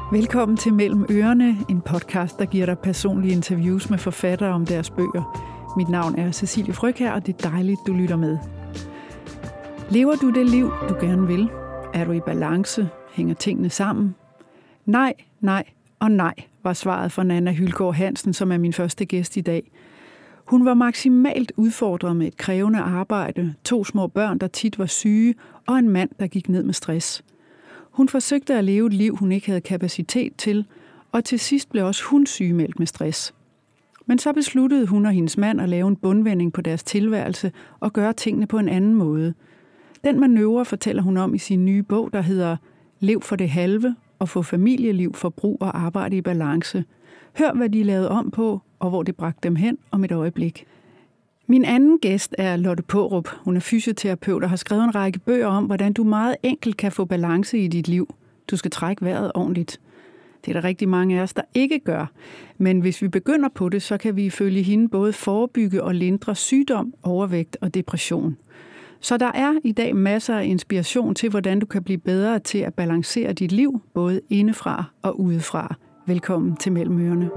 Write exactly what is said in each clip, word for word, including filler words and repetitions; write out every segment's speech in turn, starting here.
Velkommen til Mellem Ørerne, en podcast, der giver dig personlige interviews med forfattere om deres bøger. Mit navn er Cecilie Frøkjær, og det er dejligt, du lytter med. Lever du det liv, du gerne vil? Er du i balance? Hænger tingene sammen? Nej, nej og nej, var svaret fra Nanna Hylgaard Hansen, som er min første gæst i dag. Hun var maksimalt udfordret med et krævende arbejde, to små børn, der tit var syge, og en mand, der gik ned med stress. Hun forsøgte at leve et liv, hun ikke havde kapacitet til, og til sidst blev også hun sygemeldt med stress. Men så besluttede hun og hendes mand at lave en bundvending på deres tilværelse og gøre tingene på en anden måde. Den manøvre fortæller hun om i sin nye bog, der hedder Lev for det halve og få familieliv, forbrug og arbejde i balance. Hør, hvad de lavede om på, og hvor det bragte dem hen om et øjeblik. Min anden gæst er Lotte Paarup. Hun er fysioterapeut og har skrevet en række bøger om, hvordan du meget enkelt kan få balance i dit liv. Du skal trække vejret ordentligt. Det er der rigtig mange af os, der ikke gør. Men hvis vi begynder på det, så kan vi ifølge hende både forebygge og lindre sygdom, overvægt og depression. Så der er i dag masser af inspiration til, hvordan du kan blive bedre til at balancere dit liv, både indefra og udefra. Velkommen til Mellem Ørerne.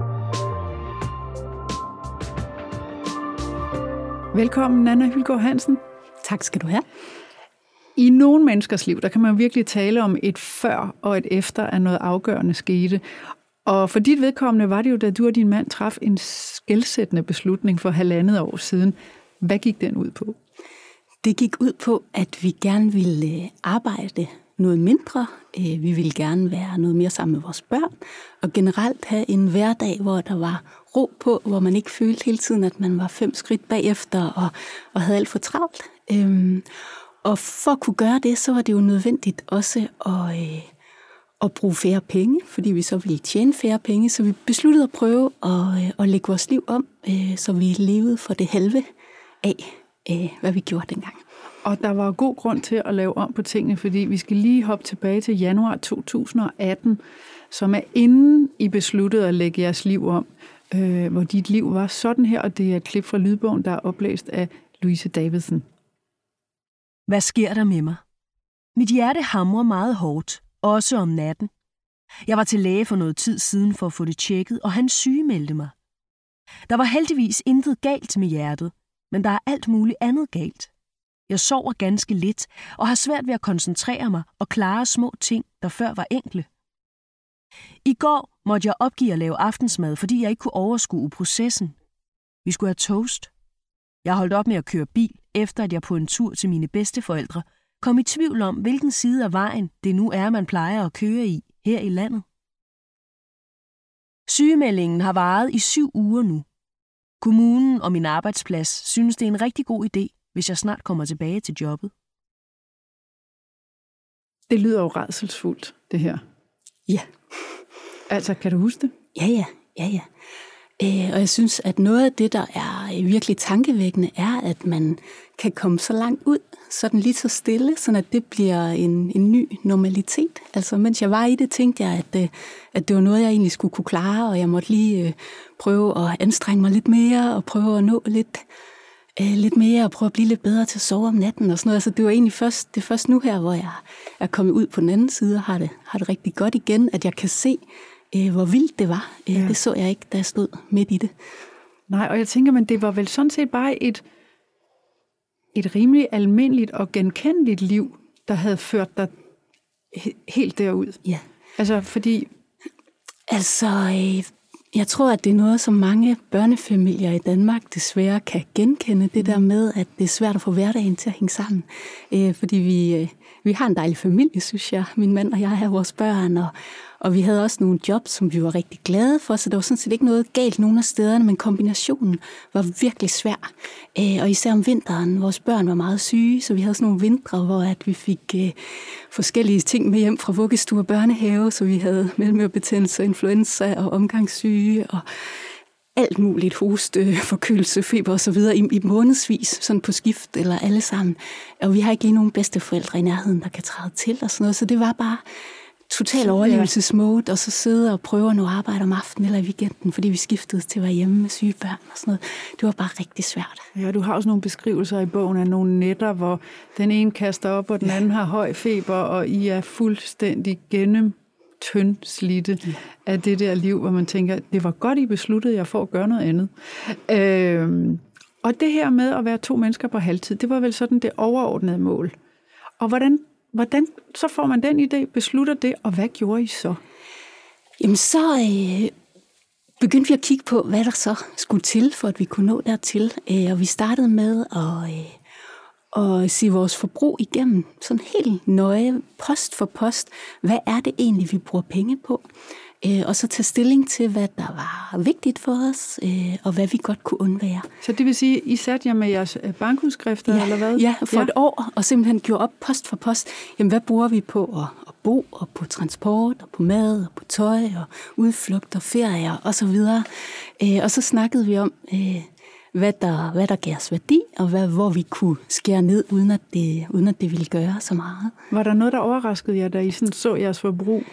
Velkommen, Nanna Hylgaard Hansen. Tak skal du have. I nogle menneskers liv, der kan man virkelig tale om et før og et efter, at noget afgørende skete. Og for dit vedkommende var det jo, da du og din mand traf en skelsættende beslutning for halvandet år siden. Hvad gik den ud på? Det gik ud på, at vi gerne ville arbejde noget mindre. Vi ville gerne være noget mere sammen med vores børn. Og generelt have en hverdag, hvor der var ro på, hvor man ikke følte hele tiden, at man var fem skridt bagefter og, og havde alt for travlt. Øhm, og for at kunne gøre det, så var det jo nødvendigt også at, øh, at bruge færre penge, fordi vi så ville tjene færre penge. Så vi besluttede at prøve at, øh, at lægge vores liv om, øh, så vi levede for det halve af, øh, hvad vi gjorde dengang. Og der var god grund til at lave om på tingene, fordi vi skal lige hoppe tilbage til januar to tusind og atten, som er inden I besluttede at lægge jeres liv om, øh, hvor dit liv var sådan her, og det er et klip fra lydbogen, der er oplæst af Louise Davidsen. Hvad sker der med mig? Mit hjerte hamrer meget hårdt, også om natten. Jeg var til læge for noget tid siden for at få det tjekket, og han sygemeldte mig. Der var heldigvis intet galt med hjertet, men der er alt muligt andet galt. Jeg sover ganske lidt og har svært ved at koncentrere mig og klare små ting, der før var enkle. I går måtte jeg opgive at lave aftensmad, fordi jeg ikke kunne overskue processen. Vi skulle have toast. Jeg holdt op med at køre bil, efter at jeg på en tur til mine bedsteforældre kom i tvivl om, hvilken side af vejen det nu er, man plejer at køre i her i landet. Sygemeldingen har varet i syv uger nu. Kommunen og min arbejdsplads synes, det er en rigtig god idé, hvis jeg snart kommer tilbage til jobbet. Det lyder jo rædselsfuldt, det her. Ja. Altså, kan du huske det? Ja, ja, ja, ja. Øh, og jeg synes, at noget af det, der er virkelig tankevækkende, er, at man kan komme så langt ud, sådan lige så stille, sådan at det bliver en, en ny normalitet. Altså, mens jeg var i det, tænkte jeg, at, at det var noget, jeg egentlig skulle kunne klare, og jeg måtte lige øh, prøve at anstrenge mig lidt mere, og prøve at nå lidt, øh, lidt mere, og prøve at blive lidt bedre til at sove om natten og sådan noget. Altså, det var egentlig først, det er først nu her, hvor jeg er kommet ud på den anden side, og har det, har det rigtig godt igen, at jeg kan se, hvor vildt det var. Ja. Det så jeg ikke, da jeg stod midt i det. Nej, og jeg tænker, men det var vel sådan set bare et, et rimelig almindeligt og genkendeligt liv, der havde ført dig helt derud. Ja. Altså, fordi... Altså, jeg tror, at det er noget, som mange børnefamilier i Danmark desværre kan genkende. Det der med, at det er svært at få hverdagen til at hænge sammen. Fordi vi, vi har en dejlig familie, synes jeg. Min mand og jeg har vores børn, og Og vi havde også nogle jobs, som vi var rigtig glade for, så der var sådan set ikke noget galt nogen af stederne, men kombinationen var virkelig svær. Og især om vinteren, vores børn var meget syge, så vi havde sådan nogle vintre, hvor at vi fik uh, forskellige ting med hjem fra vuggestue og børnehave, så vi havde mellemørebetændelse, influenza og omgangssyge og alt muligt, hoste, forkølelse, feber og så videre i, i månedsvis, sådan på skift eller alle sammen. Og vi har ikke lige nogen bedsteforældre i nærheden, der kan træde til og sådan noget, så det var bare total overlevelsesmode, og så sidde og prøve at nå arbejde om aftenen eller i weekenden, fordi vi skiftede til at være hjemme med syge børn og sådan noget. Det var bare rigtig svært. Ja, du har også nogle beskrivelser i bogen af nogle nætter, hvor den ene kaster op, og den anden har høj feber, og I er fuldstændig gennem tyndslidte ja. af det der liv, hvor man tænker, det var godt, I besluttede jer for at gøre noget andet. Øh, og det her med at være to mennesker på halvtid, det var vel sådan det overordnede mål. Og hvordan, hvordan så får man den idé, beslutter det, og hvad gjorde I så? Jamen så øh, begyndte vi at kigge på, hvad der så skulle til, for at vi kunne nå dertil. Øh, og vi startede med at, øh, at se vores forbrug igennem, sådan helt nøje, post for post. Hvad er det egentlig, vi bruger penge på? Øh, og så tage stilling til, hvad der var vigtigt for os, øh, og hvad vi godt kunne undvære. Så det vil sige, I satte jer med jeres bankudskrifter, ja, eller hvad? Ja, for ja. et år, og simpelthen gjorde op post for post. Jamen, hvad bruger vi på at, at bo, og på transport, og på mad, og på tøj, og udflugter, ferier, og så videre. Øh, og så snakkede vi om, øh, hvad, der, hvad der gav os værdi, og hvad, hvor vi kunne skære ned, uden at, det, uden at det ville gøre så meget. Var der noget, der overraskede jer, da I sådan så jeres forbrug?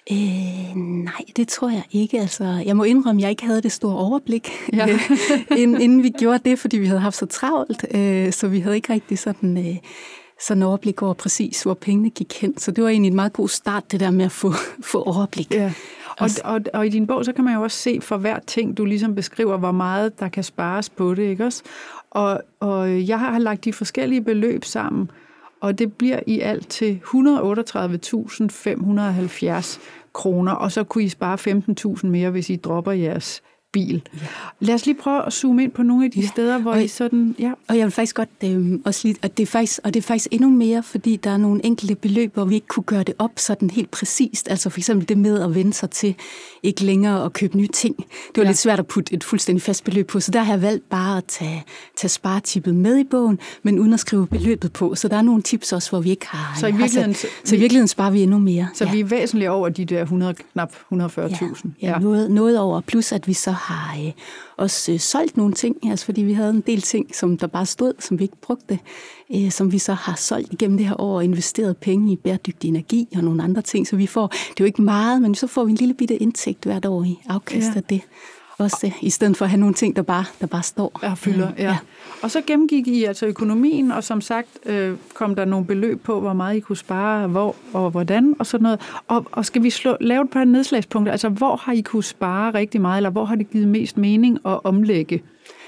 Øh, nej, det tror jeg ikke. Altså, jeg må indrømme, at jeg ikke havde det store overblik, ja. inden, inden vi gjorde det, fordi vi havde haft så travlt, øh, så vi havde ikke rigtig sådan, øh, sådan overblik over præcis, hvor pengene gik hen. Så det var egentlig en meget god start, det der med at få, få overblik. Ja. Og, og, og i din bog, så kan man jo også se for hver ting, du ligesom beskriver, hvor meget der kan spares på det, ikke også? Og, og jeg har lagt de forskellige beløb sammen, og det bliver i alt til et hundrede og otteogtredive tusind fem hundrede og halvfjerds kroner, og så kunne I spare femten tusind mere, hvis I dropper jeres bil. Ja. Lad os lige prøve at zoome ind på nogle af de ja. steder, hvor og, I sådan... Ja. Og jeg vil faktisk godt øh, også lige... Og det, er faktisk, og det er faktisk endnu mere, fordi der er nogle enkelte beløb, hvor vi ikke kunne gøre det op sådan helt præcist. Altså for eksempel det med at vende sig til ikke længere at købe nye ting. Det var ja. lidt svært at putte et fuldstændig fast beløb på, så der har jeg valgt bare at tage, tage sparetippet med i bogen, men uden at skrive beløbet på. Så der er nogle tips også, hvor vi ikke har... Så i virkeligheden, sat, så i virkeligheden sparer vi endnu mere. Så ja. vi er væsentligt over de der hundrede, knap et hundrede og fyrre tusind. Ja, ja, ja. Noget, noget over, plus at vi så har øh, også øh, solgt nogle ting, altså fordi vi havde en del ting, som der bare stod, som vi ikke brugte, øh, som vi så har solgt igennem det her år og investeret penge i bæredygtig energi og nogle andre ting, så vi får, det er jo ikke meget, men så får vi en lille bitte indtægt hvert år i afkast af ja. det. Også det, i stedet for at have nogle ting, der bare, der bare står. Ja, fylder, ja. ja. Og så gennemgik I altså økonomien, og som sagt øh, kom der nogle beløb på, hvor meget I kunne spare, hvor og hvordan, og sådan noget. Og, og skal vi slå, lave et par nedslagspunkter? Altså, hvor har I kunne spare rigtig meget, eller hvor har det givet mest mening at omlægge?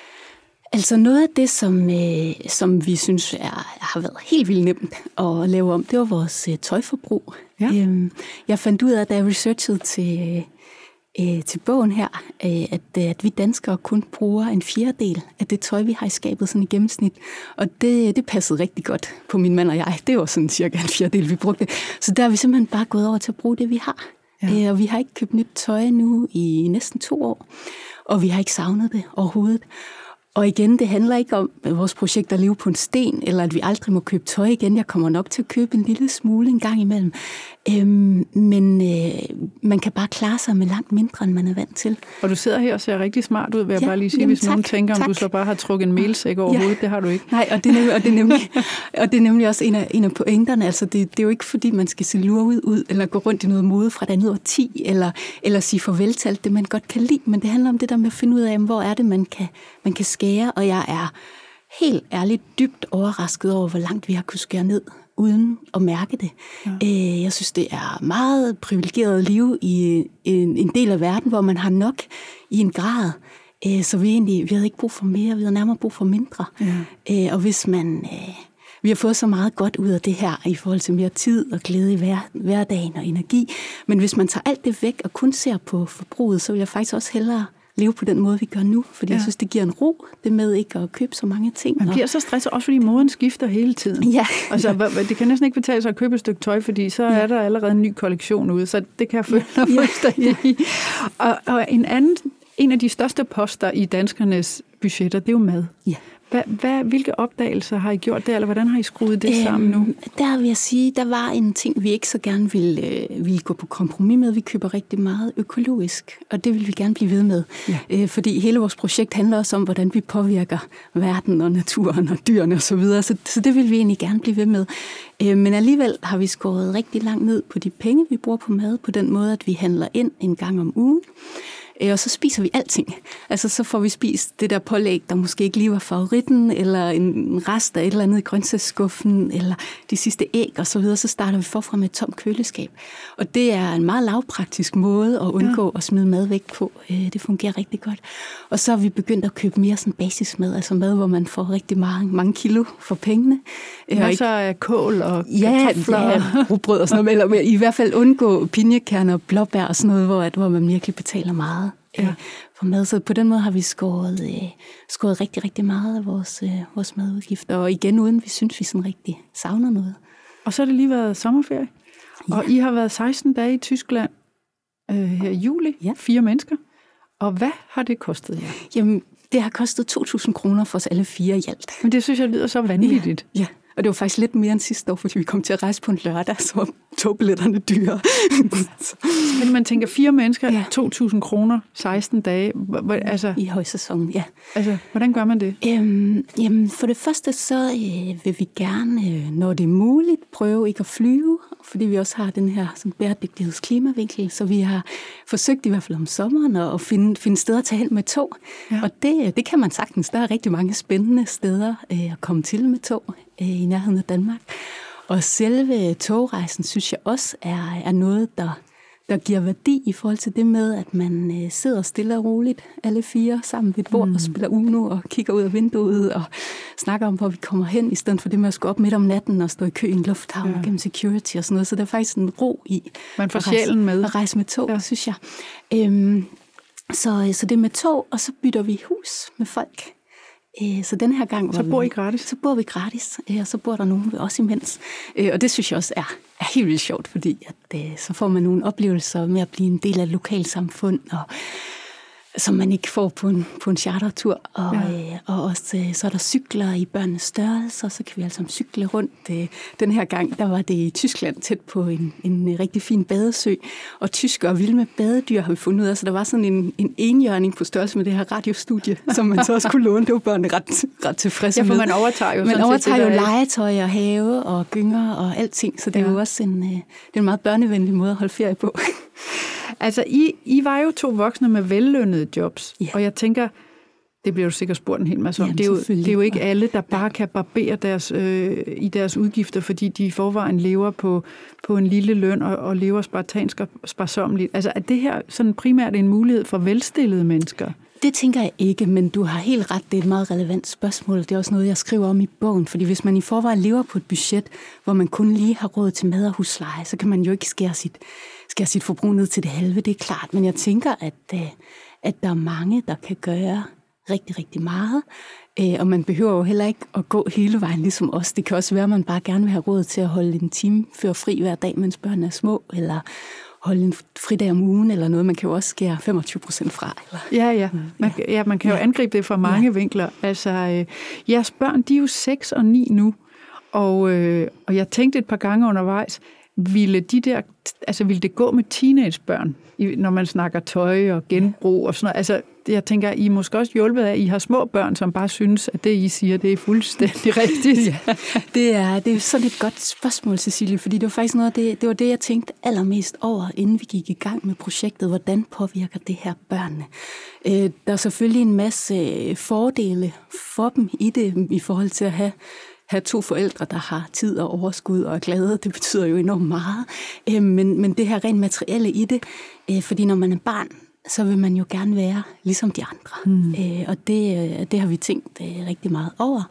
Altså noget af det, som, øh, som vi synes er, har været helt vildt nemt at lave om, det var vores øh, tøjforbrug. Ja. Øhm, jeg fandt ud af, da jeg researchede til... Øh, til bogen her, øh, at, at vi danskere kun bruger en fjerdedel af det tøj, vi har i skabet sådan i gennemsnit. Og det, det passede rigtig godt på min mand og jeg. Det var sådan cirka en fjerdedel, vi brugte. Så der er vi simpelthen bare gået over til at bruge det, vi har. Ja. Øh, og vi har ikke købt nyt tøj nu i næsten to år. Og vi har ikke savnet det overhovedet. Og igen, det handler ikke om at vores projekt at leve på en sten, eller at vi aldrig må købe tøj igen. Jeg kommer nok til at købe en lille smule en gang imellem. Øhm, men øh, man kan bare klare sig med langt mindre, end man er vant til. Og du sidder her og ser rigtig smart ud, vil jeg ja, bare lige sige, jamen, hvis tak, nogen tænker, om tak. Du så bare har trukket en melsæk over ja. hovedet. Det har du ikke. Nej, og det er nemlig, og det er nemlig, og det er nemlig også en af, en af pointerne. Altså, det, det er jo ikke, fordi man skal se luret ud, eller gå rundt i noget mode fra et andet årti, eller, eller sige farvel til alt det, man godt kan lide. Men det handler om det der med at finde ud af, hvor er det, man kan, man kan skære. Og jeg er helt ærligt dybt overrasket over, hvor langt vi har kunnet skære ned, uden at mærke det. Ja. Jeg synes, det er meget privilegeret at leve i en, en del af verden, hvor man har nok i en grad, så vi egentlig, vi havde ikke brug for mere, vi havde nærmere brug for mindre. Ja. Og hvis man, vi har fået så meget godt ud af det her, i forhold til mere tid og glæde i hver, hverdagen og energi, men hvis man tager alt det væk og kun ser på forbruget, så vil jeg faktisk også hellere leve på den måde, vi gør nu, fordi ja. jeg synes, det giver en ro, det med ikke at købe så mange ting. Man bliver så stresset, også fordi moden skifter hele tiden. Ja. Altså, det kan næsten ikke betale sig at købe et stykke tøj, fordi så ja. er der allerede en ny kollektion ude, så det kan jeg føle mig ja. fuldstændig i. Og, og en anden, en af de største poster i danskernes budgetter, det er jo mad. Ja. Hvad, hvad, hvilke opdagelser har I gjort der, eller hvordan har I skruet det øhm, sammen nu? Der vil jeg sige, der var en ting, vi ikke så gerne ville, øh, ville gå på kompromis med. Vi køber rigtig meget økologisk, og det vil vi gerne blive ved med. Ja. Øh, fordi hele vores projekt handler også om, hvordan vi påvirker verden og naturen og dyrene osv., så, videre. så, så det vil vi egentlig gerne blive ved med. Øh, men alligevel har vi skåret rigtig langt ned på de penge, vi bruger på mad, på den måde, at vi handler ind en gang om ugen. og så spiser vi alting. Altså så får vi spist det der pålæg, der måske ikke lige var favoritten, eller en rest af et eller andet i grøntsagsskuffen, eller de sidste æg og så videre, så starter vi forfra med et tomt køleskab. Og det er en meget lavpraktisk måde at undgå ja. at smide mad væk på. Det fungerer rigtig godt. Og så har vi begyndt at købe mere sådan basismad, altså mad, hvor man får rigtig mange, mange kilo for pengene. Masser af kål og ja, kartofler. Ja, rugbrød og sådan noget, eller i hvert fald undgå pinjekerner og blåbær og sådan noget, hvor, hvor man virkelig betaler meget ja. øh, for mad. Så på den måde har vi skåret, øh, skåret rigtig, rigtig meget af vores, øh, vores madudgifter, og igen uden vi synes, vi sådan rigtig savner noget. Og så har det lige været sommerferie, ja. og I har været seksten dage i Tyskland øh, her i juli, ja. fire mennesker. Og hvad har det kostet jer? Jamen, det har kostet to tusind kroner for os alle fire i alt. Men det synes jeg lyder så vanvittigt. Ja, ja. Og det var faktisk lidt mere end sidste år, fordi vi kom til at rejse på en lørdag, så var togbilletterne dyre. Men man tænker, fire mennesker, ja. to tusind kroner, seksten dage. Altså, i højsæsonen, ja. Altså, hvordan gør man det? Øhm, jamen, for det første, så øh, vil vi gerne, øh, når det er muligt, prøve ikke at flyve, fordi vi også har den her sådan, bæredygtighedsklimavinkel, så vi har forsøgt i hvert fald om sommeren at finde, finde steder at tage hen med tog. Ja. Og det, det kan man sagtens. Der er rigtig mange spændende steder øh, at komme til med tog øh, i nærheden af Danmark. Og selve togrejsen, synes jeg også, er, er noget, der, der giver værdi i forhold til det med, at man øh, sidder stille og roligt, alle fire sammen ved et bord mm. og spiller Uno og kigger ud af vinduet og snakker om, hvor vi kommer hen, i stedet for det med at gå op midt om natten og stå i kø i en lufthavn ja. gennem security og sådan noget. Så der er faktisk en ro i man får sjælen med. At rejse med tog, ja. synes jeg. Øhm, så, så det er med tog, og så bytter vi hus med folk. Så den her gang... Så bor I gratis? Så bor vi gratis, og så bor der nogen ved os imens. Og det synes jeg også er, er helt vildt sjovt, fordi at, så får man nogle oplevelser med at blive en del af et lokalsamfund, og som man ikke får på en, på en chartertur. Og, ja. og også så er der cykler i børnenes størrelse, og så kan vi altså cykle rundt. Den her gang, der var det i Tyskland tæt på en, en rigtig fin badesø, og tyskere vilde med badedyr har vi fundet ud af, så der var sådan en, en enhjørning på størrelse med det her radiostudie, som man så også kunne låne. Det var børnene ret, ret tilfredse med. Ja, for man overtager jo, man overtager set, jo legetøj og have og gynger og alting, så det ja. er jo også en, det er en meget børnevenlig måde at holde ferie på. Altså, I, I var jo to voksne med vellønnede jobs, ja. og jeg tænker, det bliver jo sikkert spurgt en hel masse om. Jamen, det, er jo, det er jo ikke alle, der bare kan barbere deres, øh, i deres udgifter, fordi de i forvejen lever på, på en lille løn og, og lever spartansk og sparsommeligt. Altså, er det her sådan primært en mulighed for velstillede mennesker? Det tænker jeg ikke, men du har helt ret. Det er et meget relevant spørgsmål. Det er også noget, jeg skriver om i bogen. Fordi hvis man i forvejen lever på et budget, hvor man kun lige har råd til mad og husleje, så kan man jo ikke skære sit, skære sit forbrug ned til det halve. Det er klart. Men jeg tænker, at, at der er mange, der kan gøre rigtig, rigtig meget. Og man behøver jo heller ikke at gå hele vejen ligesom os. Det kan også være, at man bare gerne vil have råd til at holde en time før fri hver dag, mens børnene er små, eller holde en fridag om ugen eller noget. Man kan jo også skære femogtyve procent fra. Eller? Ja, ja. Man, ja, man kan jo angribe det fra mange ja. vinkler. Altså, øh, jeres børn, de er jo seks og ni nu, og, øh, og jeg tænkte et par gange undervejs, ville de der, altså ville det gå med teenagebørn, når man snakker tøj og genbrug og sådan noget? Altså, jeg tænker, I er måske også hjulpet af, at I har små børn, som bare synes, at det, I siger, det er fuldstændig rigtigt. Ja, det er, det er sådan et godt spørgsmål, Cecilie, fordi det var faktisk noget af det, det var det, jeg tænkte allermest over, inden vi gik i gang med projektet. Hvordan påvirker det her børnene? Øh, der er selvfølgelig en masse fordele for dem i det, i forhold til at have have to forældre, der har tid og overskud og er glade, det betyder jo enormt meget. Men, men det her rent materielle i det, fordi når man er barn, så vil man jo gerne være ligesom de andre. Mm. Og det, det har vi tænkt rigtig meget over.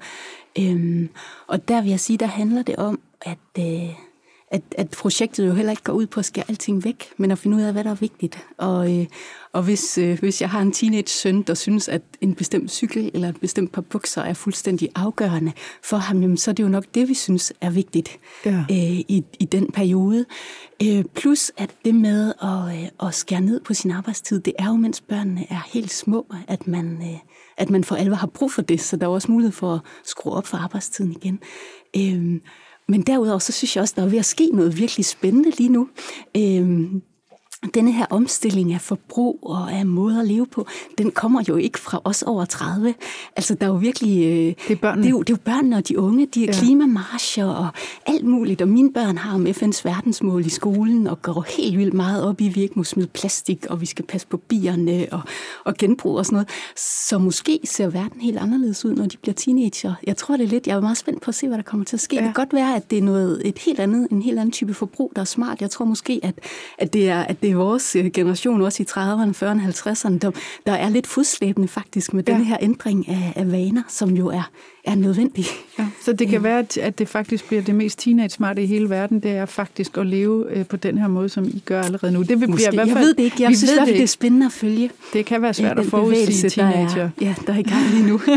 Og der vil jeg sige, der handler det om, at, at, at projektet jo heller ikke går ud på at skære alting væk, men at finde ud af, hvad der er vigtigt. Og, og hvis, hvis jeg har en teenage-søn, der synes, at en bestemt cykel eller et bestemt par bukser er fuldstændig afgørende for ham, jamen, så er det jo nok det, vi synes er vigtigt ja. øh, i, i den periode. Øh, plus at det med at, øh, at skære ned på sin arbejdstid, det er jo, mens børnene er helt små, at man, øh, at man for alvor har brug for det, så der er også mulighed for at skrue op for arbejdstiden igen. Øh, Men derudover, så synes jeg også, der er ved at ske noget virkelig spændende lige nu. Øhm, denne her omstilling af forbrug og af måde at leve på, den kommer jo ikke fra os over tredive. Altså, der er jo virkelig... Øh, det er børnene. Det er jo, det er jo børnene og de unge, de er ja. Klimamarcher og alt muligt. Og mine børn har om F N's verdensmål i skolen og går helt vildt meget op i, at vi ikke må smide plastik, og vi skal passe på bierne og, og genbrug og sådan noget. Så måske ser verden helt anderledes ud, når de bliver teenager. Jeg tror, det er lidt... Jeg er meget spændt på at se, hvad der kommer til at ske. Ja. Det kan godt være, at det er noget, et helt andet, en helt anden type forbrug, der er smart. Jeg tror måske, at, at det er... At det er vores generation, også i trediverne, fyrrerne, halvtredserne, der, der er lidt fodslæbende faktisk med ja. denne her ændring af, af vaner, som jo er, er nødvendig. Ja, så det kan ja. være, at det faktisk bliver det mest teenage-smarte i hele verden, det er faktisk at leve på den her måde, som I gør allerede nu. Det vil Måske. Blive, i hvert fald, jeg ved det ikke. Jeg synes i det er spændende at følge. Det kan være svært at forudsige teenager. Der er, ja, der er i gang lige nu.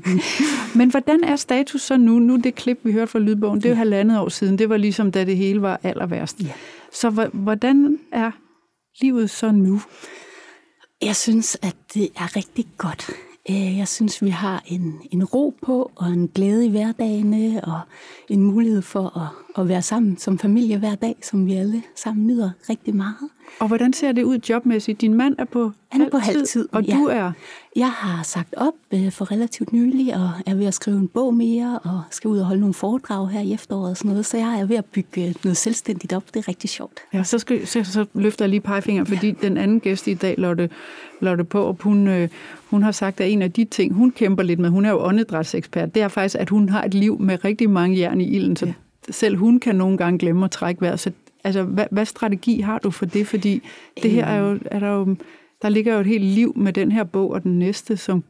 Men hvordan er status så nu? Nu det klip, vi hørte fra Lydbogen, det er jo ja. halvandet år siden. Det var ligesom, da det hele var aller værst. Ja. Så hvordan er livet så nu? Jeg synes, at det er rigtig godt. Jeg synes, vi har en, en ro på, og en glæde i hverdagene, og en mulighed for at, at være sammen som familie hver dag, som vi alle sammen nyder rigtig meget. Og hvordan ser det ud jobmæssigt? Din mand er på Han er på halv tid, og ja. du er? Jeg har sagt op for relativt nylig, og er ved at skrive en bog mere, og skal ud og holde nogle foredrag her i efteråret og sådan noget, så jeg er ved at bygge noget selvstændigt op. Det er rigtig sjovt. Ja, så, skal, så, så løfter jeg lige pegefingeren, fordi ja. den anden gæst i dag, Lotte, Lotte Paarup, hun, øh, hun har sagt, at en af de ting, hun kæmper lidt med, hun er jo åndedrætsekspert, det er faktisk, at hun har et liv med rigtig mange jern i ilden, så ja. selv hun kan nogle gange glemme at trække vejret. Så altså, hvad, hvad strategi har du for det? Fordi det her er jo, er der jo, der ligger jo et helt liv med den her bog og den næste, som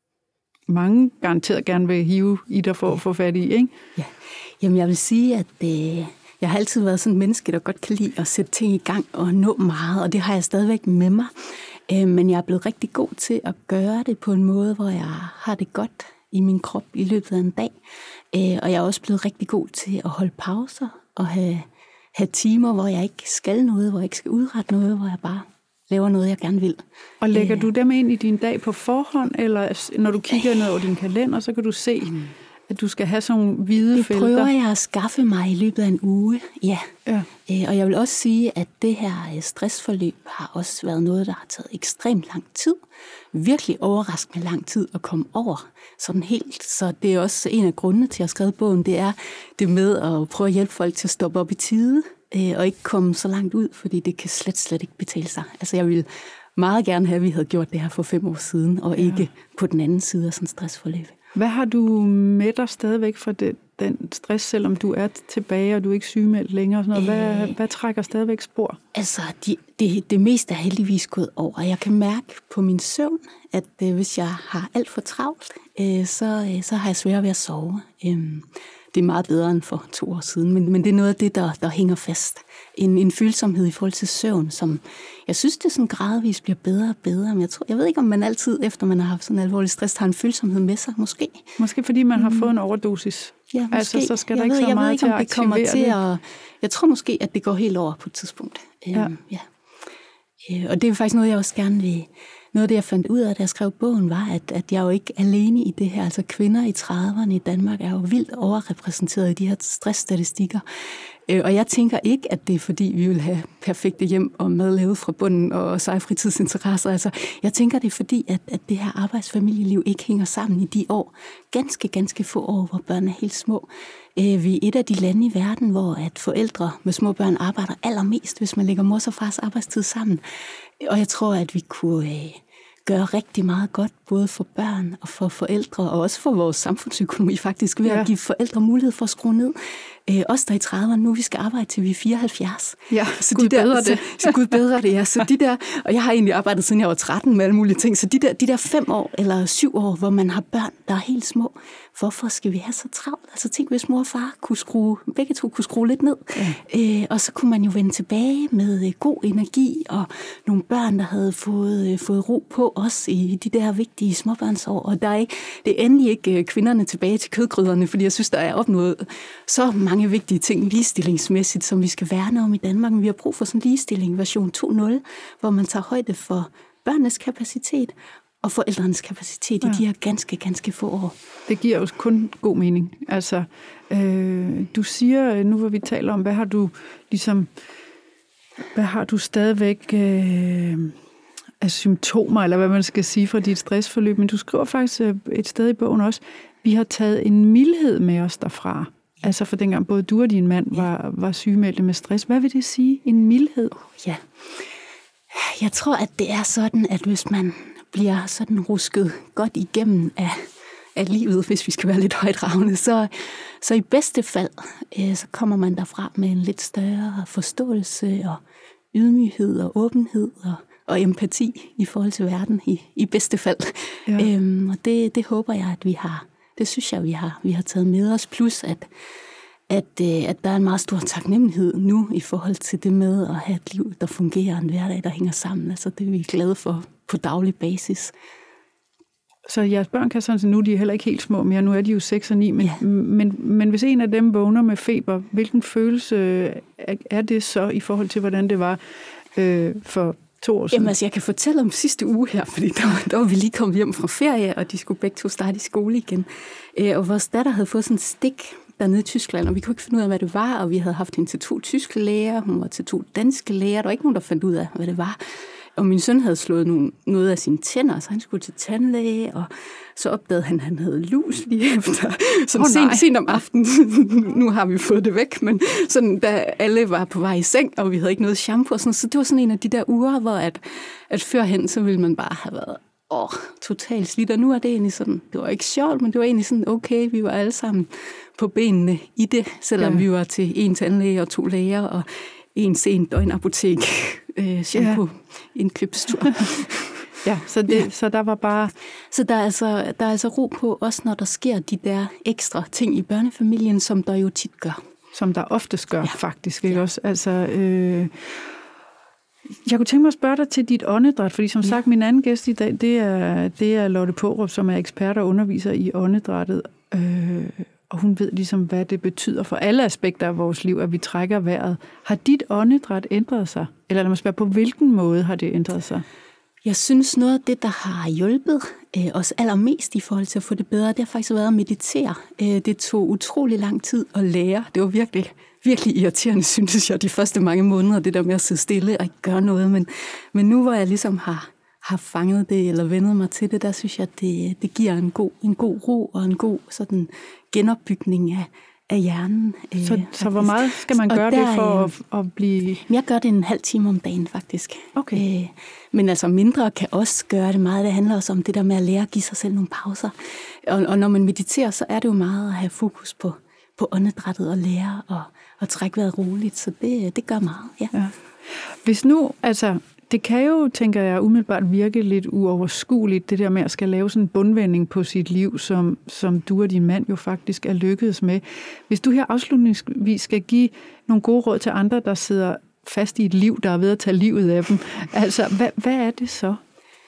mange garanteret gerne vil hive i dig for at få fat i, ikke? Ja, jamen jeg vil sige, at øh, jeg har altid været sådan et menneske, der godt kan lide at sætte ting i gang og nå meget, og det har jeg stadigvæk med mig. Øh, men jeg er blevet rigtig god til at gøre det på en måde, hvor jeg har det godt i min krop i løbet af en dag. Øh, og jeg er også blevet rigtig god til at holde pauser og have have timer, hvor jeg ikke skal noget, hvor jeg ikke skal udrette noget, hvor jeg bare laver noget, jeg gerne vil. Og lægger du dem ind i din dag på forhånd, eller når du kigger ned over din kalender, så kan du se, at du skal have sådan nogle hvide det felter? Det prøver jeg at skaffe mig i løbet af en uge, ja. ja. Og jeg vil også sige, at det her stressforløb har også været noget, der har taget ekstremt lang tid. Virkelig overraskende lang tid at komme over sådan helt. Så det er også en af grundene til at skrive bogen, det er det med at prøve at hjælpe folk til at stoppe op i tide, og ikke komme så langt ud, fordi det kan slet, slet ikke betale sig. Altså jeg vil meget gerne have, at vi havde gjort det her for fem år siden, og ikke ja. på den anden side af sådan et stressforløb. Hvad har du med dig stadigvæk fra det, den stress, selvom du er tilbage, og du er ikke sygemeldt længere? Og sådan noget? Hvad, øh, hvad trækker stadigvæk spor? Altså, de, det, det meste er heldigvis gået over. Jeg kan mærke på min søvn, at øh, hvis jeg har alt for travlt, øh, så, øh, så har jeg svært ved at sove. Øh, det er meget bedre end for to år siden, men, men det er noget af det, der, der hænger fast. En, en følsomhed i forhold til søvn, som jeg synes, det sådan gradvist bliver bedre og bedre. Men jeg, tror, jeg ved ikke, om man altid, efter man har haft sådan en alvorlig stress, har en følsomhed med sig, måske. Måske fordi man har fået en overdosis. Ja, måske. Altså, så skal der jeg ikke ved, så jeg meget ved ikke, til om at det kommer aktivere til det. At, jeg tror måske, at det går helt over på et tidspunkt. Ja. Øhm, ja. Og det er faktisk noget, jeg også gerne vil... Noget af det, jeg fandt ud af, da jeg skrev bogen, var, at, at jeg er jo ikke alene i det her. Altså kvinder i trediverne i Danmark er jo vildt overrepræsenteret i de her stressstatistikker. Og jeg tænker ikke, at det er fordi, vi vil have perfekte hjem og mad lavet fra bunden og seje fritidsinteresser. Altså, jeg tænker, det er fordi, at, at det her arbejdsfamilieliv ikke hænger sammen i de år. Ganske, ganske få år, hvor børn er helt små. Vi er et af de lande i verden, hvor at forældre med små børn arbejder allermest, hvis man lægger mors og fars arbejdstid sammen. Og jeg tror, at vi kunne øh, gøre rigtig meget godt, både for børn og for forældre, og også for vores samfundsøkonomi faktisk, ved ja. at give forældre mulighed for at skrue ned. Øh, os der i trediverne, nu vi skal arbejde til vi er fireoghalvfjerds. Ja, så Gud de der, bedre det. Så, så Gud bedre det, ja. Så de der, og jeg har egentlig arbejdet siden jeg var tretten med alle mulige ting, så de der, de der fem år eller syv år, hvor man har børn, der er helt små, hvorfor skal vi have så travlt? Altså tænk, hvis mor og far kunne skrue, begge to kunne skrue lidt ned, ja. øh, og så kunne man jo vende tilbage med øh, god energi, og nogle børn, der havde fået, øh, fået ro på os i de der vigtige småbørnsår, og der er ikke, det er endelig ikke øh, kvinderne tilbage til kødgryderne, fordi jeg synes, der er opnået så mange vigtige ting ligestillingsmæssigt, som vi skal værne om i Danmark, men vi har brug for sådan en ligestilling version to punkt nul, hvor man tager højde for børnenes kapacitet og forældrenes kapacitet ja. i de her ganske, ganske få år. Det giver jo kun god mening. Altså, øh, du siger, nu hvor vi taler om, hvad har du ligesom Hvad har du stadigvæk øh, af symptomer, eller hvad man skal sige, fra dit stressforløb? Men du skriver faktisk et sted i bogen også, vi har taget en mildhed med os derfra. Altså for dengang både du og din mand var, var sygemeldte med stress. Hvad vil det sige, en mildhed? Ja, jeg tror, at det er sådan, at hvis man bliver sådan rusket godt igennem af, af livet, hvis vi skal være lidt højtravende, så, så i bedste fald, øh, så kommer man derfra med en lidt større forståelse og ydmyghed og åbenhed og, og empati i forhold til verden, i, i bedste fald. Ja. Øhm, og det, det håber jeg, at vi har. Det synes jeg, vi har, vi har taget med os. Plus, at, at, øh, at der er en meget stor taknemmelighed nu i forhold til det med at have et liv, der fungerer, en hverdag, der hænger sammen. Altså, det er vi glade for på daglig basis. Så jeres børn kan sådan set nu, de er heller ikke helt små mere. Nu er de jo seks og ni. Men, ja. men, men hvis en af dem vågner med feber, hvilken følelse er det så i forhold til, hvordan det var øh, for to år siden? Jamen altså, jeg kan fortælle om sidste uge her, fordi der var, der var vi lige kommet hjem fra ferie, og de skulle begge to starte i skole igen. Øh, og vores datter havde fået sådan en stik dernede i Tyskland, og vi kunne ikke finde ud af, hvad det var, og vi havde haft hende til to tyske læger, hun var til to danske læger, der var ikke nogen, der fandt ud af, hvad det var. Og min søn havde slået nogle, noget af sine tænder, så han skulle til tandlæge, og så opdagede han, at han havde lus lige efter. Sådan oh, sent, sent om aftenen, nu har vi fået det væk, men sådan, da alle var på vej i seng, og vi havde ikke noget shampoo, og sådan, så det var sådan en af de der uger, hvor at, at førhen, så ville man bare have været åh, totalt slidt, og nu er det egentlig sådan, det var ikke sjovt, men det var egentlig sådan, okay, vi var alle sammen på benene i det, selvom ja. vi var til en tandlæge og to læger, og en sen døgnapotek, øh, shampoo, ja. en købstur. Ja, så, det, ja. så der var bare... Så der er, altså, der er altså ro på, også når der sker de der ekstra ting i børnefamilien, som der jo tit gør. Som der oftest gør, ja. faktisk. Ikke ja. også? Altså, øh... Jeg kunne tænke mig at spørge dig til dit åndedræt, fordi som ja. sagt, min anden gæst i dag, det er, det er Lotte Paarup, som er ekspert og underviser i åndedrættet. Øh... Og hun ved ligesom, hvad det betyder for alle aspekter af vores liv, at vi trækker vejret. Har dit åndedræt ændret sig? Eller lad mig spørge, på hvilken måde har det ændret sig? Jeg synes, noget af det, der har hjulpet øh, os allermest i forhold til at få det bedre, det har faktisk været at meditere. Øh, det tog utrolig lang tid at lære. Det var virkelig, virkelig irriterende, synes jeg, de første mange måneder, det der med at sidde stille og ikke gøre noget. Men, men nu, hvor jeg ligesom har, har fanget det, eller vendet mig til det, der synes jeg, det, det giver en god, en god ro og en god sådan, genopbygning af, af hjernen. Så, øh, så hvor meget skal man gøre der, det for at, at blive... Jeg gør det en halv time om dagen, faktisk. Okay. Øh, men altså mindre kan også gøre det meget. Det handler også om det der med at lære at give sig selv nogle pauser. Og, og når man mediterer, så er det jo meget at have fokus på, på åndedrættet og lære og, og trække vejret roligt. Så det, det gør meget, ja. ja. Hvis nu, altså... Det kan jo, tænker jeg, umiddelbart virke lidt uoverskueligt, det der med at skal lave sådan en bundvending på sit liv, som, som du og din mand jo faktisk er lykkedes med. Hvis du her afslutningsvis skal give nogle gode råd til andre, der sidder fast i et liv, der er ved at tage livet af dem, altså, hvad, hvad er det så?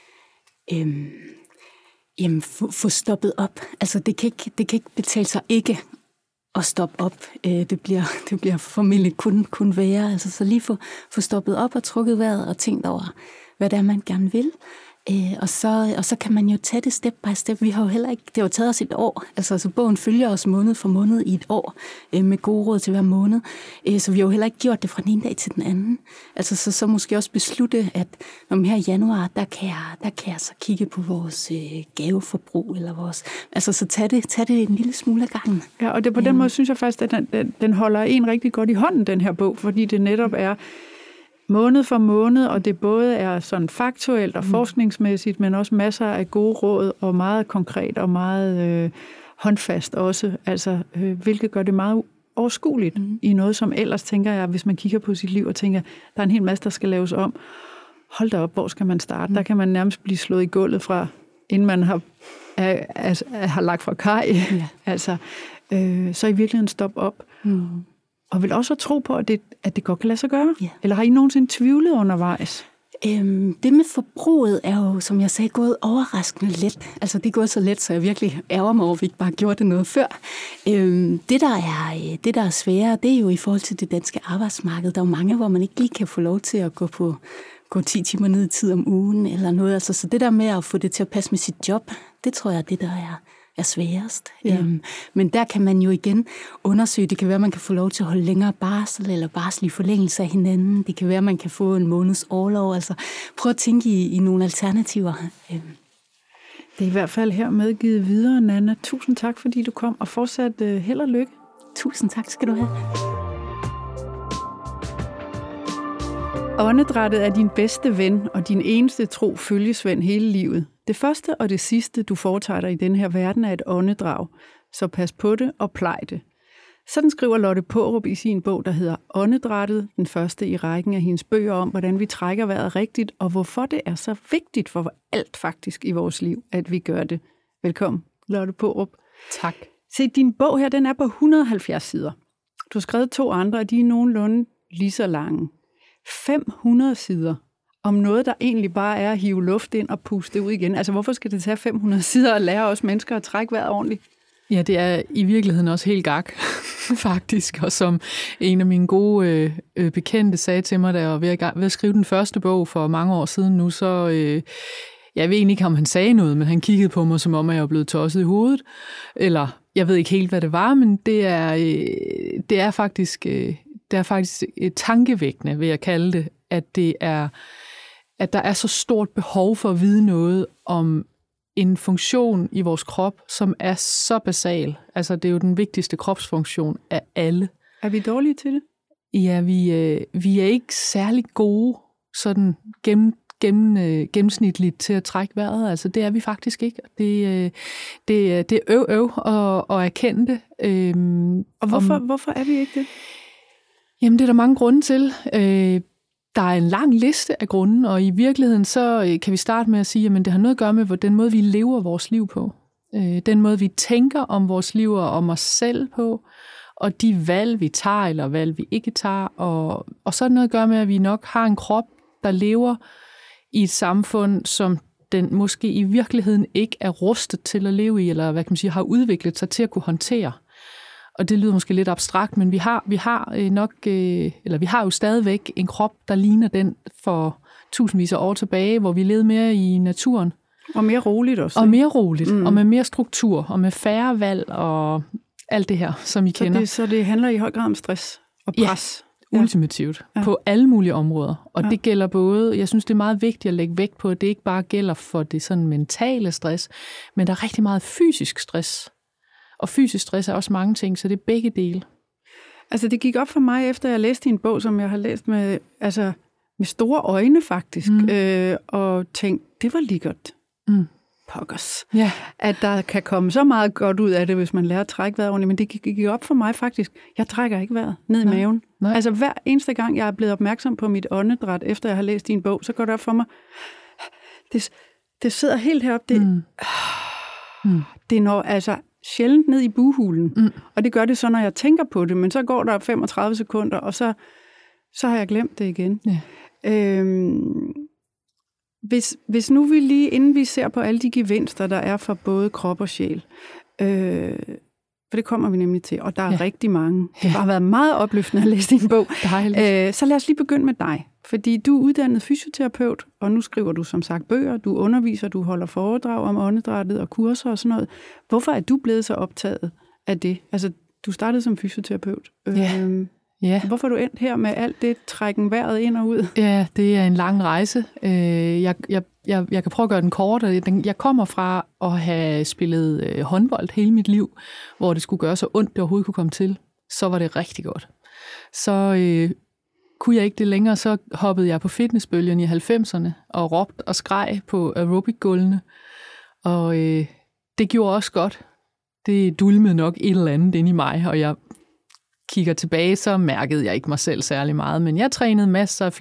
Øhm, jamen, få, få stoppet op. Altså, det kan ikke, det kan ikke betale sig ikke at stoppe op. Det bliver, det bliver formentlig kun, kun være. Altså, så lige få, få stoppet op og trukket vejret og tænkt over, hvad det er, man gerne vil. Og så, og så kan man jo tage det step by step. Vi har jo heller ikke, det har jo taget os et år. Altså, altså bogen følger os måned for måned i et år, med gode råd til hver måned. Så vi har jo heller ikke gjort det fra den ene dag til den anden. Altså, så, så måske også beslutte, at om her i januar, der kan jeg, der kan jeg så kigge på vores øh, gaveforbrug, eller vores, altså så tag det, tag det en lille smule af gangen. Ja, og det på den um, måde synes jeg faktisk, at den, den, den holder en rigtig godt i hånden, den her bog, fordi det netop er måned for måned, og det både er sådan faktuelt og mm. forskningsmæssigt, men også masser af gode råd, og meget konkret og meget øh, håndfast også, altså øh, hvilket gør det meget overskueligt mm. i noget, som ellers tænker jeg, hvis man kigger på sit liv og tænker, der er en hel masse, der skal laves om. Hold da op, hvor skal man starte? Mm. Der kan man nærmest blive slået i gulvet fra, inden man har, er, er, er, har lagt fra kaj. Ja. altså, øh, så i virkeligheden stop op. Mm. Og vil også tro på, at det, at det godt kan lade sig gøre? Ja. Eller har I nogensinde tvivlet undervejs? Øhm, det med forbruget er jo, som jeg sagde, gået overraskende let. Altså det er gået så let, så jeg virkelig ærger mig over, at vi ikke bare gjorde det noget før. Øhm, det, der er, det, der er sværere, det er jo i forhold til det danske arbejdsmarked. Der er jo mange, hvor man ikke lige kan få lov til at gå på gå ti timer ned i tid om ugen eller noget. Altså, så det der med at få det til at passe med sit job, det tror jeg er det, der er, er sværest. Ja. Øhm, men der kan man jo igen undersøge, det kan være, at man kan få lov til at holde længere barsel, eller barsel i forlængelse af hinanden. Det kan være, at man kan få en måneds orlov. Altså prøv at tænke i, i nogle alternativer. Øhm. Det er i hvert fald her medgivet videre, Nanna. Tusind tak, fordi du kom, og fortsat uh, held og lykke. Tusind tak skal du have. Åndedrættet er din bedste ven og din eneste tro følgesvend hele livet. Det første og det sidste, du foretager dig i den her verden, er et åndedrag. Så pas på det og plej det. Sådan skriver Lotte Paarup i sin bog, der hedder Åndedrættet, den første i rækken af hendes bøger om, hvordan vi trækker vejret rigtigt, og hvorfor det er så vigtigt for alt faktisk i vores liv, at vi gør det. Velkommen, Lotte Paarup. Tak. Se, din bog her, den er på et hundrede og halvfjerds sider. Du har skrevet to andre, og de er nogenlunde lige så lange. fem hundrede sider om noget, der egentlig bare er at hive luft ind og puste ud igen. Altså, hvorfor skal det tage fem hundrede sider og lære os mennesker at trække vejret ordentligt? Ja, det er i virkeligheden også helt gak, faktisk. Og som en af mine gode øh, bekendte sagde til mig, da jeg var ved at, ved at skrive den første bog for mange år siden nu, så øh, jeg ved egentlig ikke, om han sagde noget, men han kiggede på mig, som om jeg var blevet tosset i hovedet. Eller, jeg ved ikke helt, hvad det var, men det er, øh, det er faktisk... Øh, Det er faktisk et tankevækkende, vil jeg kalde det, at det er, at der er så stort behov for at vide noget om en funktion i vores krop, som er så basal. Altså, det er jo den vigtigste kropsfunktion af alle. Er vi dårlige til det? Ja, vi, øh, vi er ikke særlig gode sådan gennem, gennem, øh, gennemsnitligt til at trække vejret. Altså, det er vi faktisk ikke. Det, øh, det, det er øv øv at, at erkende det. Øhm, Og hvorfor, om, hvorfor er vi ikke det? Jamen, det er der mange grunde til. Øh, der er en lang liste af grunde, og i virkeligheden så øh, kan vi starte med at sige, at det har noget at gøre med den måde, vi lever vores liv på. Øh, den måde, vi tænker om vores liv og om os selv på, og de valg, vi tager eller valg, vi ikke tager. Og, og så er det noget at gøre med, at vi nok har en krop, der lever i et samfund, som den måske i virkeligheden ikke er rustet til at leve i, eller hvad kan man sige, har udviklet sig til at kunne håndtere. Og det lyder måske lidt abstrakt, men vi har, vi har øh, nok, øh, eller vi har jo stadigvæk en krop, der ligner den for tusindvis af år tilbage, hvor vi levede mere i naturen. Og mere roligt også. Og mere roligt, mm. og med mere struktur, og med færre valg, og alt det her, som I så kender. Det, så det handler i høj grad om stress og pres. Ja, ultimativt. Ja. På alle mulige områder. Og ja. det gælder både, jeg synes, det er meget vigtigt at lægge vægt på, at det ikke bare gælder for det sådan mentale stress, men der er rigtig meget fysisk stress. Og fysisk stress er også mange ting, så det er begge dele. Altså, det gik op for mig, efter jeg læste en bog, som jeg har læst med, altså, med store øjne faktisk, mm. øh, og tænkte, det var lige godt. Mm. Pokkers. Ja. At der kan komme så meget godt ud af det, hvis man lærer at trække vejret ordentligt. Men det gik op for mig faktisk. Jeg trækker ikke vejret ned Nej. i maven. Nej. Altså, hver eneste gang, jeg er blevet opmærksom på mit åndedræt, efter jeg har læst din bog, så går det op for mig. Det, det sidder helt heroppe. Det, mm. Mm. det når altså sjældent ned i buhulen. Mm. Og det gør det så, når jeg tænker på det, men så går der femogtredive sekunder, og så, så har jeg glemt det igen. Ja. Øhm, hvis, hvis nu vi lige, inden vi ser på alle de gevinster, der er for både krop og sjæl, øh, for det kommer vi nemlig til, og der er ja. rigtig mange. Det har bare været meget opløftende at læse din bog. Øh, så lad os lige begynde med dig. Fordi du er uddannet fysioterapeut, og nu skriver du som sagt bøger, du underviser, du holder foredrag om åndedrættet og kurser og sådan noget. Hvorfor er du blevet så optaget af det? Altså, du startede som fysioterapeut. Ja. Øhm, ja. Hvorfor er du endt her med alt det, trækken vejret ind og ud? Ja, det er en lang rejse. Jeg, jeg, jeg, jeg kan prøve at gøre den kort. Jeg kommer fra at have spillet håndbold hele mit liv, hvor det skulle gøre så ondt, det overhovedet kunne komme til. Så var det rigtig godt. Så øh, kunne jeg ikke det længere, så hoppede jeg på fitnessbølgen i halvfemserne og råbte og skreg på aerobic-gulvene. Og øh, det gjorde også godt. Det dulmede nok et eller andet inde i mig, og jeg kigger tilbage, så mærkede jeg ikke mig selv særlig meget, men jeg trænede masser af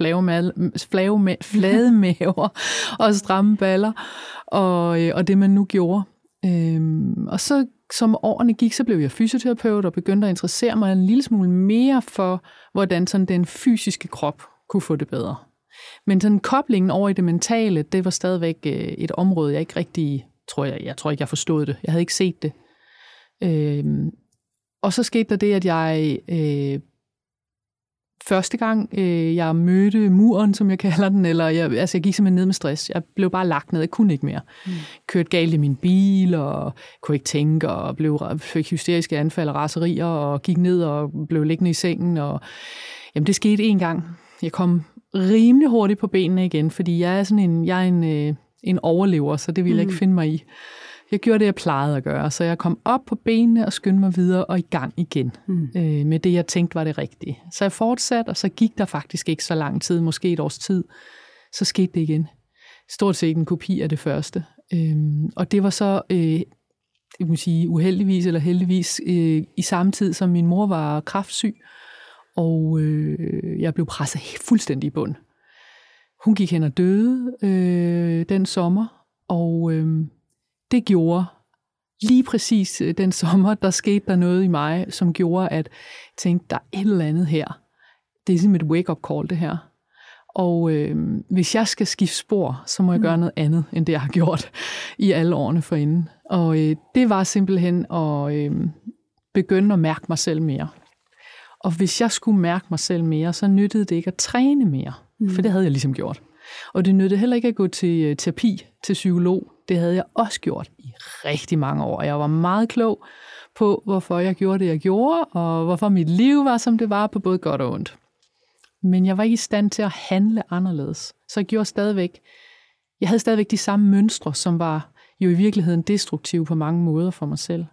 flade maver og stramme baller, og, og det man nu gjorde. Øhm, og så som årene gik, så blev jeg fysioterapeut og begyndte at interessere mig en lille smule mere for, hvordan sådan den fysiske krop kunne få det bedre. Men sådan koblingen over i det mentale, det var stadigvæk et område, jeg ikke rigtig, tror jeg, jeg tror ikke, jeg forstod det. Jeg havde ikke set det. Øhm, og så skete der det, at jeg øh, første gang, øh, jeg mødte muren, som jeg kalder den, eller jeg, altså jeg gik simpelthen ned med stress. Jeg blev bare lagt ned, jeg kunne ikke mere. Mm. Kørte galt i min bil, og kunne ikke tænke, og blev, fik hysteriske anfald og raserier, og gik ned og blev liggende i sengen. Og, jamen, det skete en gang. Jeg kom rimelig hurtigt på benene igen, fordi jeg er sådan en, jeg er en, øh, en overlever, så det ville jeg mm. ikke finde mig i. Jeg gjorde det, jeg plejede at gøre, så jeg kom op på benene og skyndte mig videre og i gang igen mm. øh, med det, jeg tænkte var det rigtige. Så jeg fortsatte, og så gik der faktisk ikke så lang tid, måske et års tid, så skete det igen. Stort set en kopi af det første. Øhm, og det var så, øh, jeg må sige, uheldigvis eller heldigvis, øh, i samme tid, som min mor var kræftsyg, og øh, jeg blev presset fuldstændig i bund. Hun gik hen og døde øh, den sommer, og øh, det gjorde lige præcis den sommer, der skete der noget i mig, som gjorde, at jeg tænkte, der er et eller andet her. Det er simpelthen et wake-up call, det her. Og øh, hvis jeg skal skifte spor, så må jeg gøre noget andet, end det jeg har gjort i alle årene forinden. Og øh, det var simpelthen at øh, begynde at mærke mig selv mere. Og hvis jeg skulle mærke mig selv mere, så nyttede det ikke at træne mere. Mm. For det havde jeg ligesom gjort. Og det nyttede heller ikke at gå til terapi, til psykolog. Det havde jeg også gjort i rigtig mange år. Jeg var meget klog på, hvorfor jeg gjorde det, jeg gjorde, og hvorfor mit liv var, som det var, på både godt og ondt. Men jeg var ikke i stand til at handle anderledes. Så jeg gjorde stadigvæk, jeg havde stadigvæk de samme mønstre, som var jo i virkeligheden destruktive på mange måder for mig selv.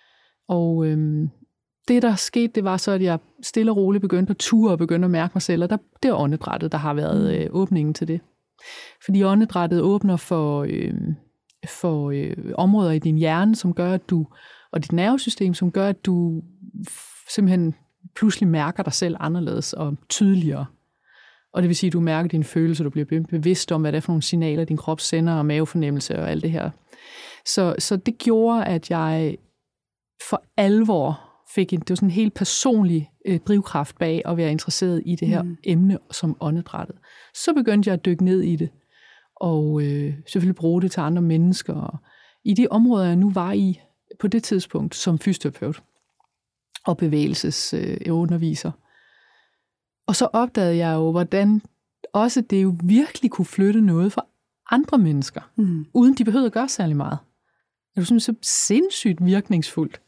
Og øhm, det, der skete, det var så, at jeg stille og roligt begyndte at ture og begyndte at mærke mig selv, og der, det er åndedrættet, der har været øh, åbningen til det. Fordi åndedrættet åbner for, øh, for øh, områder i din hjerne, som gør, at du, og dit nervesystem, som gør, at du simpelthen pludselig mærker dig selv anderledes og tydeligere. Og det vil sige, at du mærker dine følelser, du bliver bevidst om, hvad det er for nogle signaler, din krop sender, og mavefornemmelse og alt det her. Så, så det gjorde, at jeg for alvor fik en, det var sådan en helt personlig øh, drivkraft bag at være interesseret i det her mm. emne som åndedrættet. Så begyndte jeg at dykke ned i det, og øh, selvfølgelig bruge det til andre mennesker. Og i de områder, jeg nu var i på det tidspunkt som fysioterapeut og bevægelsesunderviser. Øh, og så opdagede jeg jo, hvordan også det jo virkelig kunne flytte noget for andre mennesker, mm. uden de behøvede at gøre særlig meget. Det var sådan så sindssygt virkningsfuldt.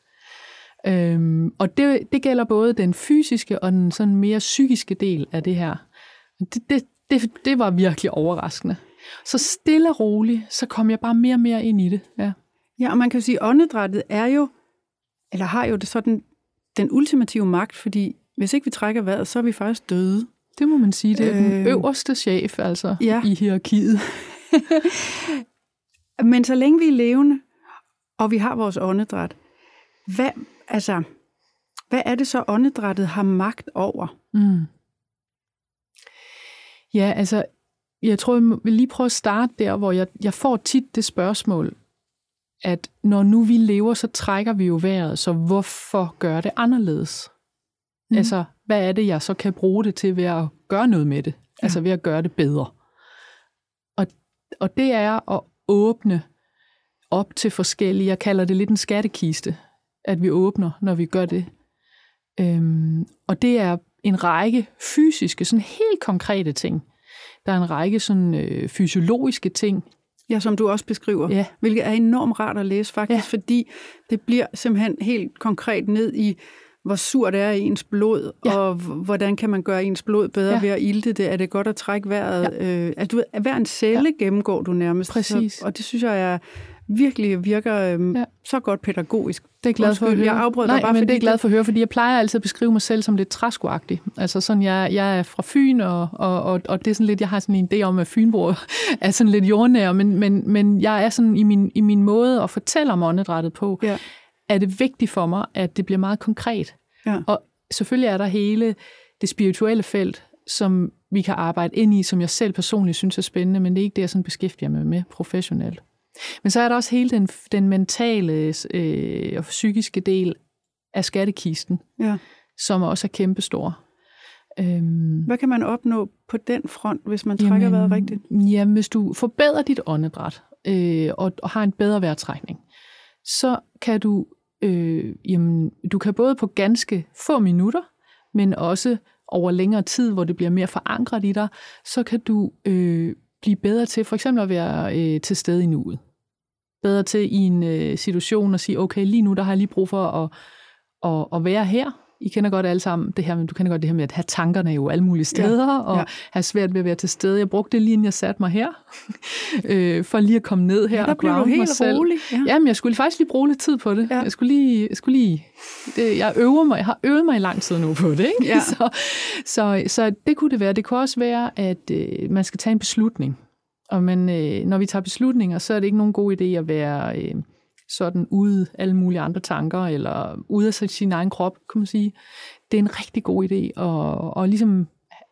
Øhm, og det, det gælder både den fysiske og den sådan mere psykiske del af det her. Det, det, det, det var virkelig overraskende. Så stille og roligt, så kom jeg bare mere og mere ind i det. Ja, ja, og man kan jo sige, at åndedrættet er jo, eller har jo det sådan, den ultimative magt, fordi hvis ikke vi trækker vejret, så er vi faktisk døde. Det må man sige, det er øh, den øverste chef, altså, ja. I hierarkiet. Men så længe vi er levende, og vi har vores åndedræt, hvad, altså, hvad er det så, åndedrættet har magt over? Mm. Ja, altså, jeg tror, jeg vil lige prøve at starte der, hvor jeg, jeg får tit det spørgsmål, at når nu vi lever, så trækker vi jo vejret, så hvorfor gøre det anderledes? Mm. Altså, hvad er det, jeg så kan bruge det til ved at gøre noget med det? Ja. Altså ved at gøre det bedre. Og, og det er at åbne op til forskellige, jeg kalder det lidt en skattekiste, at vi åbner, når vi gør det. Øhm, og det er en række fysiske, sådan helt konkrete ting. Der er en række sådan øh, fysiologiske ting. Ja, som du også beskriver. Ja. Hvilket er enormt rart at læse faktisk, ja. Fordi det bliver simpelthen helt konkret ned i, hvor surt er ens blod, ja. Og hvordan kan man gøre ens blod bedre ja. Ved at ilte det? Er det godt at trække vejret? Ja. Øh, altså, hver en celle ja. Gennemgår du nærmest. Præcis. Så, og det synes jeg er virkelig virker øhm, ja. Så godt pædagogisk. Det er glad for at høre. Jeg afbrød Nej, dig bare, men fordi det er glad for at høre, fordi jeg plejer altid at beskrive mig selv som lidt træskoagtig. Altså sådan, jeg, jeg er fra Fyn, og, og, og, og det er sådan lidt, jeg har sådan en idé om, at fynboer er sådan lidt jordnære, men, men, men jeg er sådan i min, i min måde at fortælle om åndedrættet på, ja. Er det vigtigt for mig, at det bliver meget konkret. Ja. Og selvfølgelig er der hele det spirituelle felt, som vi kan arbejde ind i, som jeg selv personligt synes er spændende, men det er ikke det, jeg sådan beskæftiger mig med professionelt. Men så er der også hele den, den mentale øh, og psykiske del af skattekisten, ja. Som også er kæmpestor. Øhm, Hvad kan man opnå på den front, hvis man trækker jamen, vejret rigtigt? Jamen, hvis du forbedrer dit åndedræt øh, og, og har en bedre vejrtrækning, så kan du, øh, jamen, du kan både på ganske få minutter, men også over længere tid, hvor det bliver mere forankret i dig, så kan du øh, blive bedre til for eksempel at være øh, til stede i nuet. Bedre til i en øh, situation at sige, okay, lige nu der har jeg lige brug for at, at, at være her. I kender godt alle sammen det her, men du kender godt det her med at have tankerne jo alle mulige steder, ja, og ja. have svært ved at være til stede. Jeg brugte det lige, inden jeg satte mig her, øh, for lige at komme ned her ja, og ground mig selv. Rolig, ja. Jamen, jeg skulle faktisk lige bruge lidt tid på det. Ja. Jeg skulle lige, jeg skulle lige, det, jeg øver mig, jeg har øvet mig i lang tid nu på det, ikke? Ja. Så, så, så det kunne det være. Det kunne også være, at øh, man skal tage en beslutning. Og man, øh, når vi tager beslutninger, så er det ikke nogen god idé at være øh, sådan ude alle mulige andre tanker, eller ude af sin egen krop, kan man sige. Det er en rigtig god idé at, at ligesom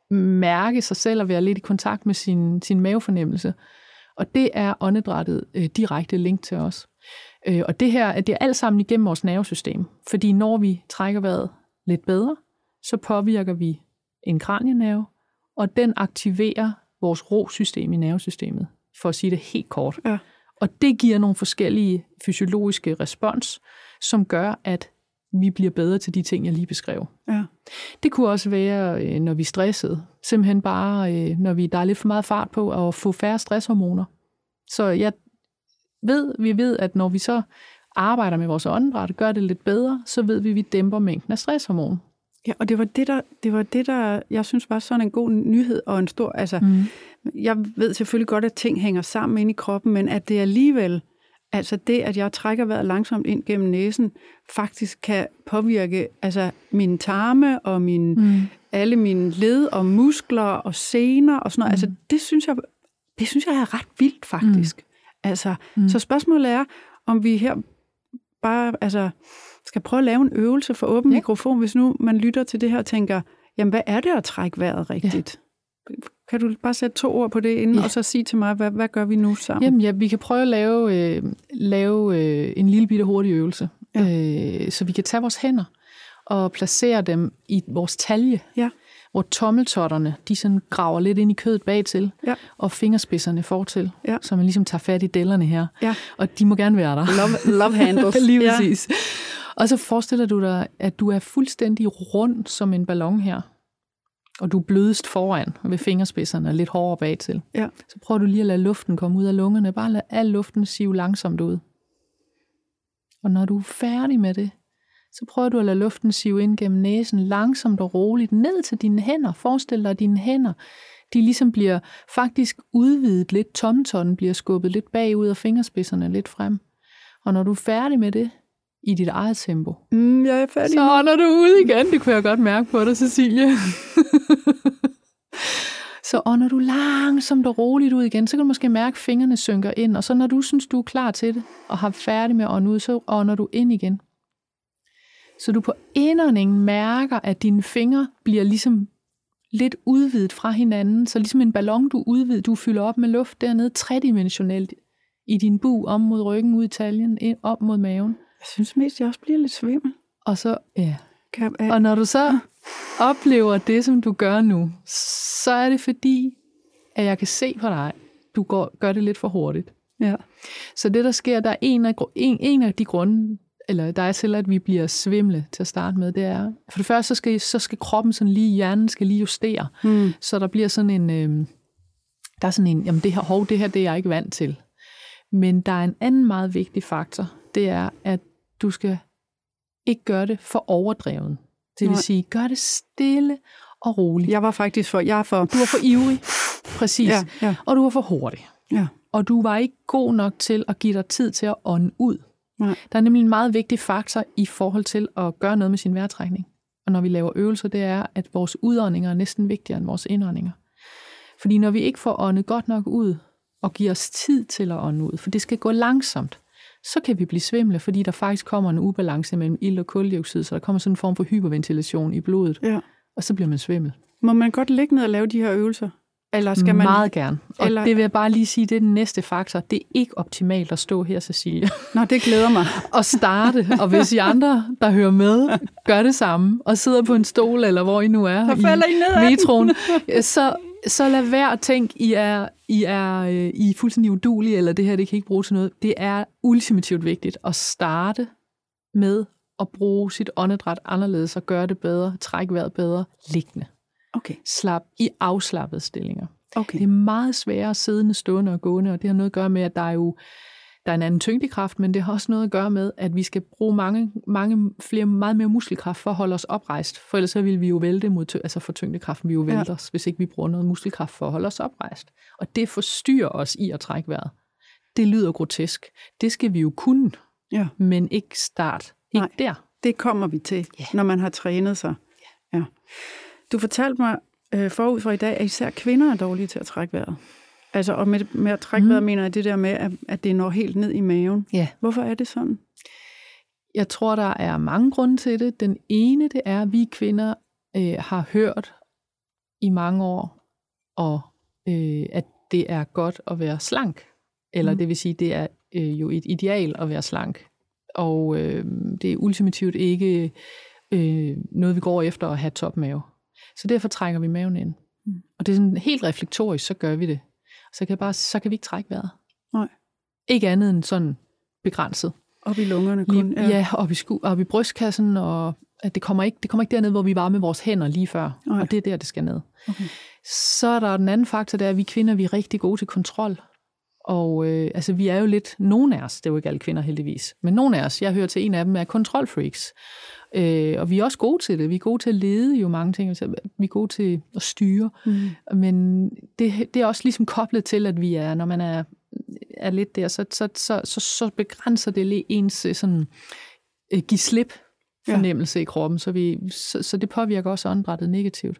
mærke sig selv og være lidt i kontakt med sin, sin mavefornemmelse. Og det er åndedrættet øh, direkte link til os. Øh, og det her, det er alt sammen igennem vores nervesystem. Fordi når vi trækker vejret lidt bedre, så påvirker vi en kranienerve, og den aktiverer vores ro-system i nervesystemet, for at sige det helt kort. Ja. Og det giver nogle forskellige fysiologiske respons, som gør, at vi bliver bedre til de ting, jeg lige beskrev. Ja. Det kunne også være, når vi er stressede. Simpelthen bare, når vi, der er lidt for meget fart på, at få færre stresshormoner. Så jeg ved, vi ved, at når vi så arbejder med vores åndedræt og gør det lidt bedre, så ved vi, at vi dæmper mængden af stresshormon. Ja, og det var det, der, det var det, der, jeg synes var sådan en god nyhed og en stor, altså, mm. jeg ved selvfølgelig godt, at ting hænger sammen inde i kroppen, men at det alligevel, altså det, at jeg trækker vejret langsomt ind gennem næsen, faktisk kan påvirke, altså mine tarme og mine, mm. alle mine led og muskler og sener og sådan noget, mm. altså det synes jeg, det synes jeg er ret vildt faktisk. Mm. Altså, mm. så spørgsmålet er, om vi her bare, altså, skal prøve at lave en øvelse for åben ja. mikrofon, hvis nu man lytter til det her og tænker, jamen hvad er det at trække vejret rigtigt? Ja. Kan du bare sætte to ord på det inden, ja. og så sige til mig, hvad, hvad gør vi nu sammen? Jamen ja, vi kan prøve at lave, øh, lave øh, en lille bitte hurtig øvelse, ja. øh, så vi kan tage vores hænder og placere dem i vores talje, ja. hvor tommeltotterne, de sådan graver lidt ind i kødet bagtil, ja. og fingerspidserne fortil, ja. så man ligesom tager fat i dellerne her. Ja. Og de må gerne være der. Love, love handles. Lige præcis. Ja. Og så forestiller du dig, at du er fuldstændig rund som en ballon her, og du er blødest foran ved fingerspidserne og lidt hårdere bagtil. Ja. Så prøver du lige at lade luften komme ud af lungerne. Bare lad al luften sive langsomt ud. Og når du er færdig med det, så prøver du at lade luften sive ind gennem næsen langsomt og roligt ned til dine hænder. Forestil dig, at dine hænder, de ligesom bliver faktisk udvidet lidt. Tommeltotten bliver skubbet lidt bagud og fingerspidserne lidt frem. Og når du er færdig med det, i dit eget tempo. Mm, jeg er færdig. Så ånder du ud igen. Det kunne jeg godt mærke på dig, Cecilie. Så ånder du langsomt og roligt ud igen. Så kan du måske mærke, at fingrene synker ind. Og så når du synes, du er klar til det, og har færdig med at ånde ud, så ånder du ind igen. Så du på indåndingen mærker, at dine fingre bliver ligesom lidt udvidet fra hinanden. Så ligesom en ballon, du udvider, du fylder op med luft dernede, tredimensionelt i din bug, om mod ryggen, ud i taljen, ind, op mod maven. Jeg synes mest, jeg også bliver lidt svimmel. Og så, ja. Kan, øh. Og når du så oplever det, som du gør nu, så er det fordi, at jeg kan se på dig, du går, gør det lidt for hurtigt. Ja. Så det, der sker, der er en af, en, en af de grunde, eller der er til, at vi bliver svimle til at starte med, det er, for det første, så skal, så skal kroppen sådan lige, hjernen skal lige justere, hmm. så der bliver sådan en, øh, der er sådan en, jamen det her, hov, det her, det er jeg ikke vant til. Men der er en anden meget vigtig faktor, det er, at du skal ikke gøre det for overdreven. Det vil Nej. sige, gør det stille og roligt. Jeg var faktisk for, jeg er for... Du var for ivrig, præcis. Ja, ja. Og du var for hurtig. Ja. Og du var ikke god nok til at give dig tid til at ånde ud. Nej. Der er nemlig en meget vigtig faktor i forhold til at gøre noget med sin vejrtrækning. Og når vi laver øvelser, det er, at vores udåndinger er næsten vigtigere end vores indåndinger. Fordi når vi ikke får åndet godt nok ud, og giver os tid til at ånde ud, for det skal gå langsomt, så kan vi blive svimle, fordi der faktisk kommer en ubalance mellem ilt og kuldioxid, så der kommer sådan en form for hyperventilation i blodet, ja. Og så bliver man svimmel. Må man godt ligge ned og lave de her øvelser? Eller skal man... Meget gerne. Og eller... det vil jeg bare lige sige, det er den næste faktor. Det er ikke optimalt at stå her, Cecilie. Nå, det glæder mig. Og starte, og hvis I andre, der hører med, gør det samme, og sidder på en stol, eller hvor I nu er, så falder I ned i metroen, så... Så lad være at tænke, I er, I er, I er fuldstændig uduelige, eller det her, det kan ikke bruge til noget. Det er ultimativt vigtigt at starte med at bruge sit åndedræt anderledes og gøre det bedre, trække vejret bedre, liggende. Okay. Slap i afslappede stillinger. Okay. Det er meget sværere siddende, stående og gående, og det har noget at gøre med, at der er jo der er en anden tyngdekraft, men det har også noget at gøre med, at vi skal bruge mange, mange flere, meget mere muskelkraft for at holde os oprejst. For ellers så vil vi jo vælte mod, altså for tyngdekraften, vi jo vælte ja. os, hvis ikke vi bruger noget muskelkraft for at holde os oprejst. Og det forstyrrer os i at trække vejret. Det lyder grotesk. Det skal vi jo kunne, ja. men ikke start. Ikke Nej, der. Det kommer vi til, ja. når man har trænet sig. Ja. Ja. Du fortalte mig øh, forud for i dag, at især kvinder er dårlige til at trække vejret. Altså, og med, med at trække mm. vejret, mener jeg det der med, at, at det når helt ned i maven. Ja. Hvorfor er det sådan? Jeg tror, der er mange grunde til det. Den ene, det er, at vi kvinder øh, har hørt i mange år, og, øh, at det er godt at være slank. Eller mm. det vil sige, det er øh, jo et ideal at være slank. Og øh, det er ultimativt ikke øh, noget, vi går efter at have topmave. Så derfor trækker vi maven ind. Mm. Og det er sådan helt reflektorisk, så gør vi det. Så kan, bare, så kan vi ikke trække vejret. Nej. Ikke andet end sådan begrænset. Op i lungerne kun. Ja, ja op, i sku, op i brystkassen, og at det, kommer ikke, det kommer ikke derned, hvor vi var med vores hænder lige før. Nej. Og det er der, det skal ned. Okay. Så er der den anden faktor, der er, at vi kvinder vi er rigtig gode til kontrol. Og øh, altså, vi er jo lidt, nogen af os, det er jo ikke alle kvinder heldigvis, men nogen af os, jeg hører til en af dem, er kontrolfreaks. Øh, og vi er også gode til det. Vi er gode til at lede jo mange ting. Vi er gode til at styre. Mm. Men det, det er også ligesom koblet til, at vi er, når man er, er lidt der, så, så, så, så, så begrænser det lidt ens sådan, øh, give slip fornemmelse ja. i kroppen. Så, vi, så, så det påvirker også åndedrættet negativt.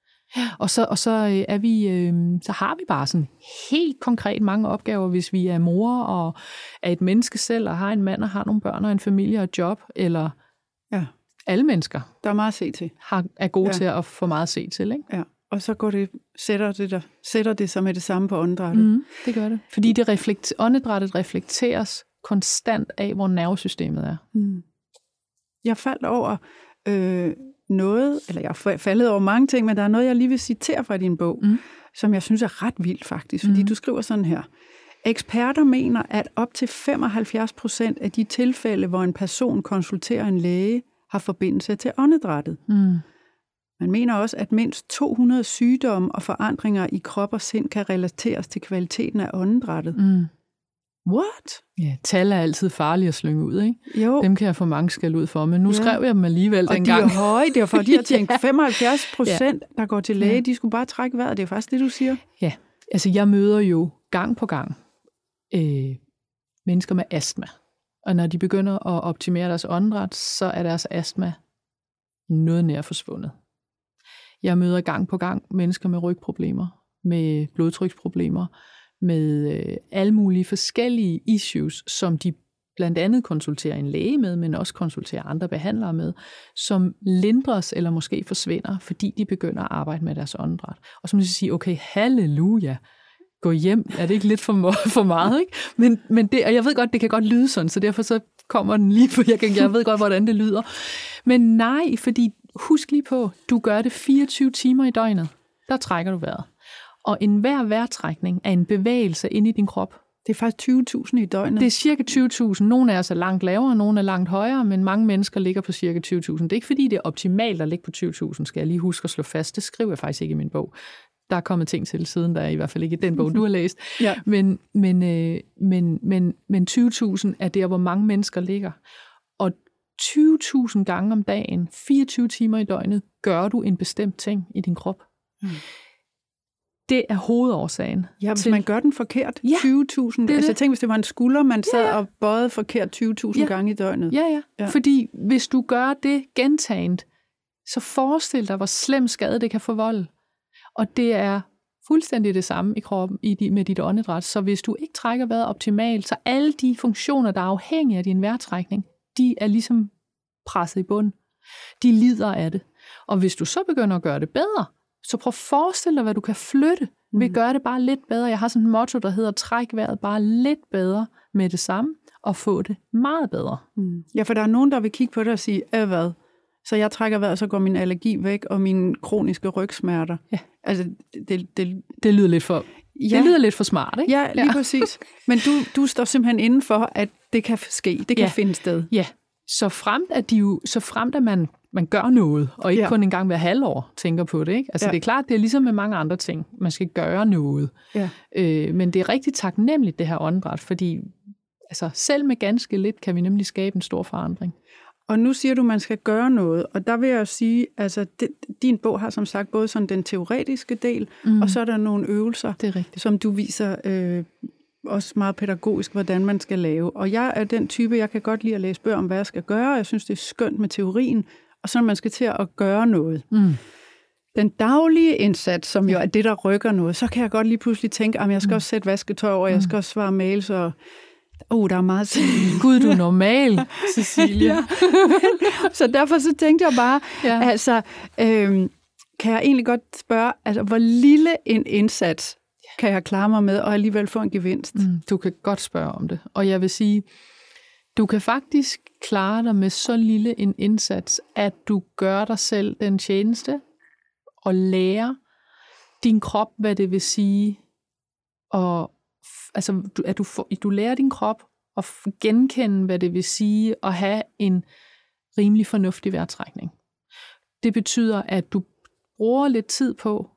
Og så, og så, er vi, øh, så har vi bare sådan helt konkret mange opgaver, hvis vi er mor og er et menneske selv, og har en mand og har nogle børn og en familie og et job, eller ja. alle mennesker. Der er meget at se til. Har, er gode ja. til at få meget at se til, ikke? Ja. Og så går det, sætter det der, sætter det sig med det samme på åndedrættet. Mm, det gør det. Fordi det reflekt, åndedrættet reflekteres konstant af, hvor nervesystemet er. Mm. Jeg faldt over øh, noget, eller jeg er faldet over mange ting, men der er noget, jeg lige vil citere fra din bog, mm. som jeg synes er ret vildt faktisk, fordi mm. du skriver sådan her. Eksperter mener, at op til femoghalvfjerds procent af de tilfælde, hvor en person konsulterer en læge, har forbindelse til åndedrættet. Mm. Man mener også, at mindst to hundrede sygdomme og forandringer i krop og sind kan relateres til kvaliteten af åndedrættet. Mm. What? Ja, tal er altid farlige at slynge ud, ikke? Jo. Dem kan jeg få mange skal ud for, men nu ja. skrev jeg dem alligevel og dengang. Og de er høje, det er for, de har tænkt femoghalvfjerds procent, ja. der går til læge, ja. de skulle bare trække vejret. Det er faktisk det, du siger. Ja, altså jeg møder jo gang på gang øh, mennesker med astma. Og når de begynder at optimere deres åndedræt, så er deres astma noget nær forsvundet. Jeg møder gang på gang mennesker med rygproblemer, med blodtryksproblemer, med øh, alle mulige forskellige issues, som de blandt andet konsulterer en læge med, men også konsulterer andre behandlere med, som lindres eller måske forsvinder, fordi de begynder at arbejde med deres åndedræt. Og så må de sige, okay, halleluja, gå hjem, er det ikke lidt for, for meget, ikke? Men, men det, og jeg ved godt, det kan godt lyde sådan, så derfor så kommer den lige på, jeg, kan, jeg ved godt, hvordan det lyder. Men nej, fordi husk lige på, du gør det fireogtyve timer i døgnet, der trækker du vejret. Og enhver vejrtrækning er en bevægelse inde i din krop. Det er faktisk tyve tusind i døgnet. Det er cirka tyve tusind. Nogle af os er langt lavere, nogle er langt højere, men mange mennesker ligger på cirka tyve tusind. Det er ikke fordi, det er optimalt at ligge på tyve tusind, skal jeg lige huske at slå fast. Det skriver jeg faktisk ikke i min bog. Der er kommet ting til siden, der er i hvert fald ikke i den bog, du har læst. Ja. Men, men, øh, men, men, men tyve tusind er der, hvor mange mennesker ligger. Og tyve tusind gange om dagen, fireogtyve timer i døgnet, gør du en bestemt ting i din krop. Mm. Det er hovedårsagen. Ja, hvis til... man gør den forkert, ja, tyve tusind. Altså jeg tænker, hvis det var en skulder, man sad ja, ja. og bøjede forkert tyve tusind ja. gange i døgnet. Ja, ja, ja. Fordi hvis du gør det gentaget, så forestil dig, hvor slem skade det kan forvolde. Og det er fuldstændig det samme i kroppen i di, med dit åndedræt. Så hvis du ikke trækker vejret optimalt, så alle de funktioner, der er afhængige af din vejrtrækning, de er ligesom presset i bund. De lider af det. Og hvis du så begynder at gøre det bedre, så prøv at forestille dig, hvad du kan flytte. Mm. Vi gør det bare lidt bedre. Jeg har sådan et motto, der hedder, træk vejret bare lidt bedre med det samme, og få det meget bedre. Mm. Ja, for der er nogen, der vil kigge på det og sige, æh hvad? Så jeg trækker vejret, så går min allergi væk, og mine kroniske rygsmerter. Ja. Altså, det, det, det lyder lidt for... Ja. Det lyder lidt for smart, ikke? Ja, lige ja. præcis. Men du, du står simpelthen inden for, at det kan ske, det kan ja. finde sted. Ja, Så fremt at, de jo, så fremt at man, man gør noget, og ikke ja. kun en gang hver halvår tænker på det. Ikke? Altså ja. Det er klart, det er ligesom med mange andre ting. Man skal gøre noget. Ja. Øh, men det er rigtig taknemmeligt, det her åndedræt, fordi altså, selv med ganske lidt kan vi nemlig skabe en stor forandring. Og nu siger du, at man skal gøre noget, og der vil jeg sige, altså det, din bog har som sagt både sådan den teoretiske del, mm. og så er der nogle øvelser, det er rigtigt. Som du viser øh, også meget pædagogisk, hvordan man skal lave. Og jeg er den type, jeg kan godt lide at læse bøger om, hvad jeg skal gøre. Jeg synes, det er skønt med teorien, og så når man skal til at gøre noget. Mm. Den daglige indsats, som jo er det, der rykker noget, så kan jeg godt lige pludselig tænke, at jeg skal også sætte vasketøj over, jeg skal også svare mails, og åh, oh, der er meget... Gud, du er normal, Cecilie. Ja. Så derfor så tænkte jeg bare, ja. altså, øhm, kan jeg egentlig godt spørge, altså, hvor lille en indsats kan jeg klare mig med, og alligevel få en gevinst? Mm, du kan godt spørge om det. Og jeg vil sige, du kan faktisk klare dig med så lille en indsats, at du gør dig selv den tjeneste, og lærer din krop, hvad det vil sige, og altså, at du, får, du lærer din krop at genkende, hvad det vil sige at have en rimelig fornuftig vejrtrækning. Det betyder, at du bruger lidt tid på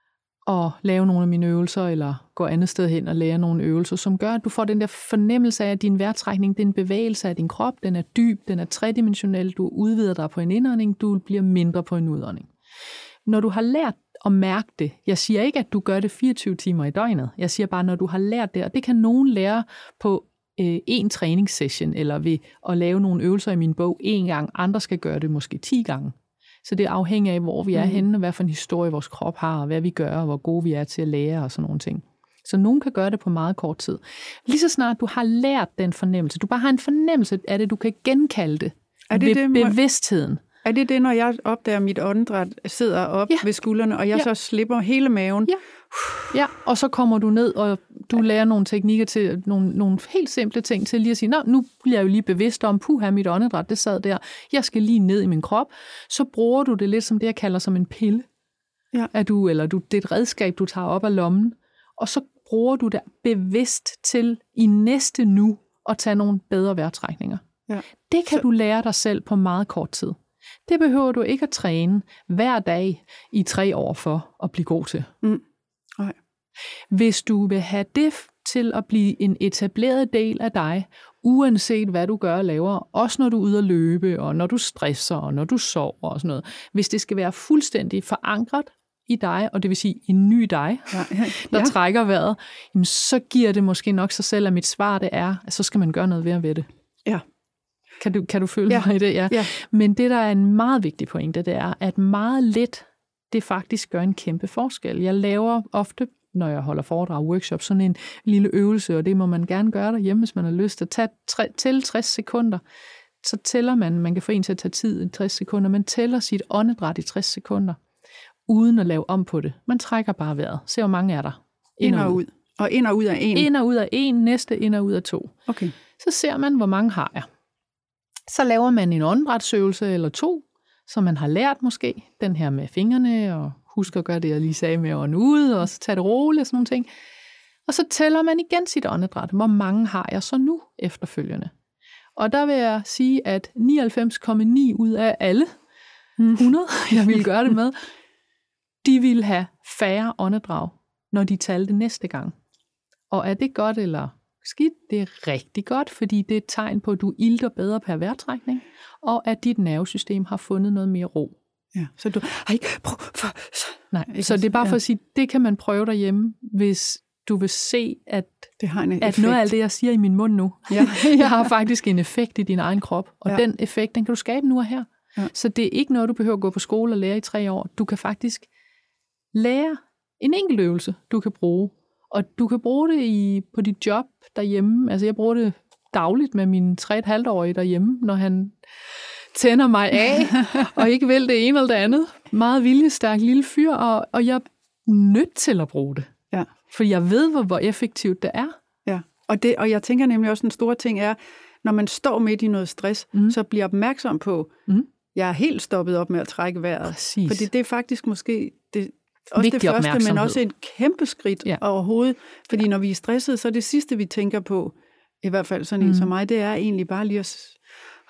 at lave nogle af mine øvelser, eller gå andet sted hen og lære nogle øvelser, som gør, at du får den der fornemmelse af, at din vejrtrækning, det er en bevægelse af din krop, den er dyb, den er tredimensionel, du udvider dig på en indånding, du bliver mindre på en udånding. Når du har lært at mærke det, jeg siger ikke, at du gør det fireogtyve timer i døgnet, jeg siger bare, når du har lært det, og det kan nogen lære på øh, en træningssession, eller ved at lave nogle øvelser i min bog en gang, andre skal gøre det måske ti gange. Så det afhænger af, hvor vi er mm. henne, og hvad for en historie vores krop har, og hvad vi gør, og hvor gode vi er til at lære, og sådan nogle ting. Så nogen kan gøre det på meget kort tid. Lige så snart du har lært den fornemmelse, du bare har en fornemmelse af det, du kan genkalde det, er det ved det, bevidstheden. Er det det, når jeg opdager, at mit åndedræt sidder op ja. ved skuldrene, og jeg ja. så slipper hele maven? Ja. ja, og så kommer du ned, og du lærer nogle teknikker til, nogle, nogle helt simple ting til lige at sige, nå, nu bliver jeg jo lige bevidst om, puha, mit åndedræt, det sad der, jeg skal lige ned i min krop. Så bruger du det lidt som det, jeg kalder som en pille. Ja. Er du, eller du, det er et redskab, du tager op af lommen, og så bruger du det bevidst til i næste nu at tage nogle bedre vejrtrækninger. Ja. Det kan så... du lære dig selv på meget kort tid. Det behøver du ikke at træne hver dag i tre år for at blive god til. Mm. Okay. Hvis du vil have det til at blive en etableret del af dig, uanset hvad du gør og laver, også når du er ude at løbe, og når du stresser, og når du sover og sådan noget. Hvis det skal være fuldstændig forankret i dig, og det vil sige en ny dig, ja, ja, der ja. trækker vejret, jamen, så giver det måske nok sig selv, at mit svar det er, at så skal man gøre noget ved ved det. Ja. Kan du, kan du følge ja. mig i det? Ja. ja. Men det, der er en meget vigtig pointe, det er, at meget lidt, det faktisk gør en kæmpe forskel. Jeg laver ofte, når jeg holder foredrag og workshop, sådan en lille øvelse, og det må man gerne gøre derhjemme, hvis man har lyst til at tage tre, til tres sekunder. Så tæller man, man kan få en til at tage tid i tres sekunder, man tæller sit åndedræt i tres sekunder, uden at lave om på det. Man trækker bare vejret. Se, hvor mange er der. Ind og ud. Og ind og ud af en. Ind og ud af en, næste ind og ud af to. Okay. Så ser man, hvor mange har jeg. Så laver man en åndedrætsøvelse eller to, som man har lært måske. Den her med fingrene, og husk at gøre det, jeg lige sagde med ånden ud, og så tage det roligt og sådan nogle ting. Og så tæller man igen sit åndedræt. Hvor mange har jeg så nu efterfølgende? Og der vil jeg sige, at nioghalvfems komma ni ud af alle hundrede, jeg vil gøre det med, de vil have færre åndedrag, når de talte næste gang. Og er det godt eller skidt? Det er rigtig godt, fordi det er et tegn på, at du ilter bedre per vejrtrækning, og at dit nervesystem har fundet noget mere ro. Ja, så du har ikke prøv for... Nej, så det er bare for at sige, det kan man prøve derhjemme, hvis du vil se, at, det har en at noget af alt det, jeg siger i min mund nu, ja. jeg har faktisk en effekt i din egen krop, og ja. den effekt, den kan du skabe nu og her. Ja. Så det er ikke noget, du behøver at gå på skole og lære i tre år. Du kan faktisk lære en enkelt øvelse, du kan bruge. Og du kan bruge det i, på dit job derhjemme. Altså jeg bruger det dagligt med min tre et halvt årige derhjemme, når han tænder mig af, og ikke vil det ene eller det andet. Meget viljestærk lille fyr, og, og jeg er nødt til at bruge det. Ja. For jeg ved, hvor, hvor effektivt det er. Ja, og, det, og jeg tænker nemlig også, en stor ting er, når man står midt i noget stress, mm. så bliver opmærksom på, mm. jeg er helt stoppet op med at trække vejret. Præcis. Fordi det er faktisk måske det, også det første, men også et kæmpe skridt ja. overhovedet. Fordi når vi er stressede, så er det sidste, vi tænker på, i hvert fald sådan en mm. som mig, det er egentlig bare lige at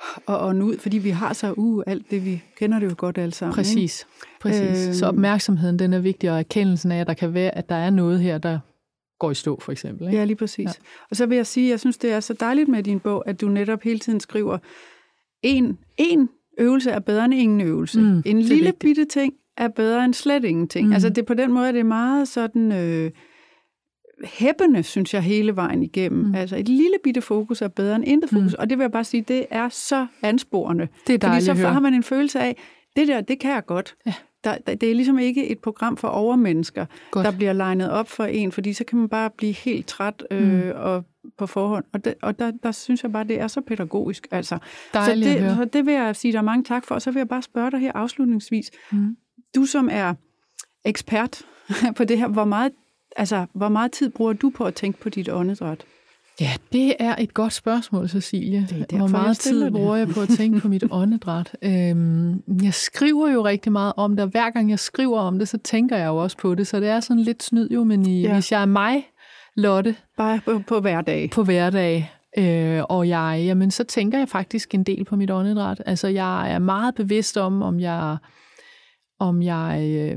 og, og ud, fordi vi har så uh, alt det, vi kender det jo godt alle sammen. Præcis. Præcis. Øhm. Så opmærksomheden, den er vigtig, og erkendelsen af, at der kan være, at der er noget her, der går i stå, for eksempel. Ikke? Ja, lige præcis. Ja. Og så vil jeg sige, jeg synes, det er så dejligt med din bog, at du netop hele tiden skriver, en, en øvelse er bedre end ingen øvelse. Mm, en lille bitte ting er bedre end slet ingenting. Mm. Altså det på den måde, det er meget sådan øh, hæppende, synes jeg, hele vejen igennem. Mm. Altså et lille bitte fokus er bedre end intet fokus. Mm. Og det vil jeg bare sige, det er så ansporende. Det er dejligt. Fordi så har man en følelse af, det der, det kan jeg godt. Ja. Der, der, det er ligesom ikke et program for overmennesker, godt. Der bliver legnet op for en, fordi så kan man bare blive helt træt øh, mm. og på forhånd. Og, det, og der, der synes jeg bare, det er så pædagogisk. Altså. Dejligt så, det, så det vil jeg sige dig mange tak for, og så vil jeg bare spørge dig her afslutningsvis. Mm. Du som er ekspert på det her, hvor meget, altså, hvor meget tid bruger du på at tænke på dit åndedræt? Ja, det er et godt spørgsmål, Cecilie. Det er derfor, hvor meget tid det. bruger jeg på at tænke på mit åndedræt? Øhm, jeg skriver jo rigtig meget om det, og hver gang jeg skriver om det, så tænker jeg jo også på det, så det er sådan lidt snyd jo, men i, ja. Hvis jeg er mig, Lotte, bare på, på hverdag, på hverdag, øh, og jeg, jamen, så tænker jeg faktisk en del på mit åndedræt. Altså, jeg er meget bevidst om, om jeg, om jeg, øh,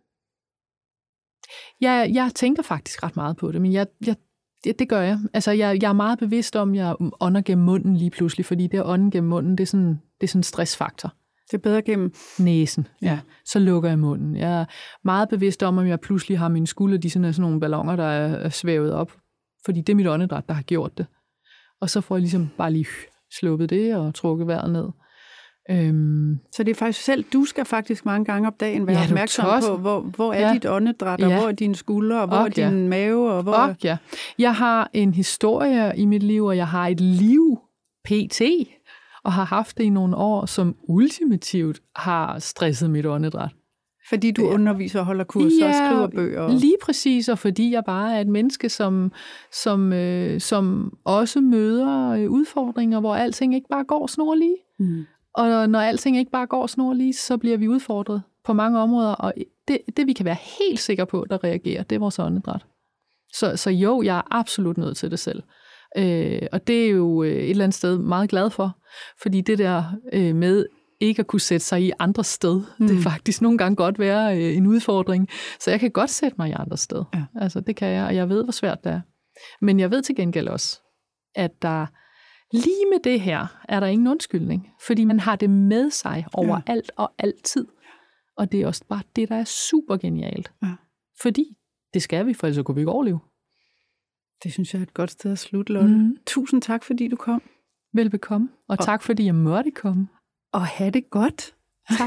jeg, jeg tænker faktisk ret meget på det, men jeg, jeg Det, det gør jeg. Altså, jeg, jeg er meget bevidst om, at jeg ånder gennem munden lige pludselig, fordi det at ånde gennem munden, det er sådan, det er sådan en stressfaktor. Det er bedre gennem næsen. Ja. Så lukker jeg munden. Jeg er meget bevidst om, at jeg pludselig har mine skulder, de sådan er sådan nogle balloner, der er svævet op, fordi det er mit åndedræt, der har gjort det. Og så får jeg ligesom bare lige sluppet det og trukket vejret ned. Øhm. Så det er faktisk selv, du skal faktisk mange gange op dagen være ja, opmærksom på, hvor, hvor er ja. dit åndedræt, og ja. hvor er dine skuldre, og hvor og, er din ja. mave, og hvor... Og, ja. Jeg har en historie i mit liv, og jeg har et liv, pt., og har haft det i nogle år, som ultimativt har stresset mit åndedræt. Fordi du ja. underviser og holder kurser ja, og skriver bøger? Lige præcis, og fordi jeg bare er et menneske, som, som, øh, som også møder udfordringer, hvor alting ikke bare går snorlige. Mm. Og når alting ikke bare går snorlige, så bliver vi udfordret på mange områder, og det, det vi kan være helt sikre på, der reagerer, det er vores åndedræt. Så, så jo, jeg er absolut nødt til det selv. Øh, og det er jo et eller andet sted meget glad for, fordi det der øh, med ikke at kunne sætte sig i andre sted, mm. det er faktisk nogle gange godt være øh, en udfordring. Så jeg kan godt sætte mig i andre sted. Ja. Altså det kan jeg, og jeg ved, hvor svært det er. Men jeg ved til gengæld også, at der lige med det her er der ingen undskyldning, fordi man har det med sig overalt ja. og altid. Og det er også bare det, der er super genialt. Ja. Fordi det skal vi, for ellers kunne vi ikke overleve. Det synes jeg er et godt sted at slutte, Lotte. Mm. Tusind tak, fordi du kom. Velbekomme, og, og tak, fordi jeg måtte komme. Og have det godt. Tak.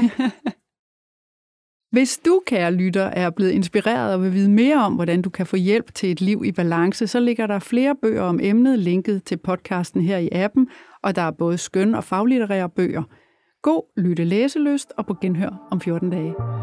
Hvis du, kære lytter, er blevet inspireret og vil vide mere om, hvordan du kan få hjælp til et liv i balance, så ligger der flere bøger om emnet linket til podcasten her i appen, og der er både skøn- og faglitterære bøger. God lytte-læselyst og på genhør om fjorten dage.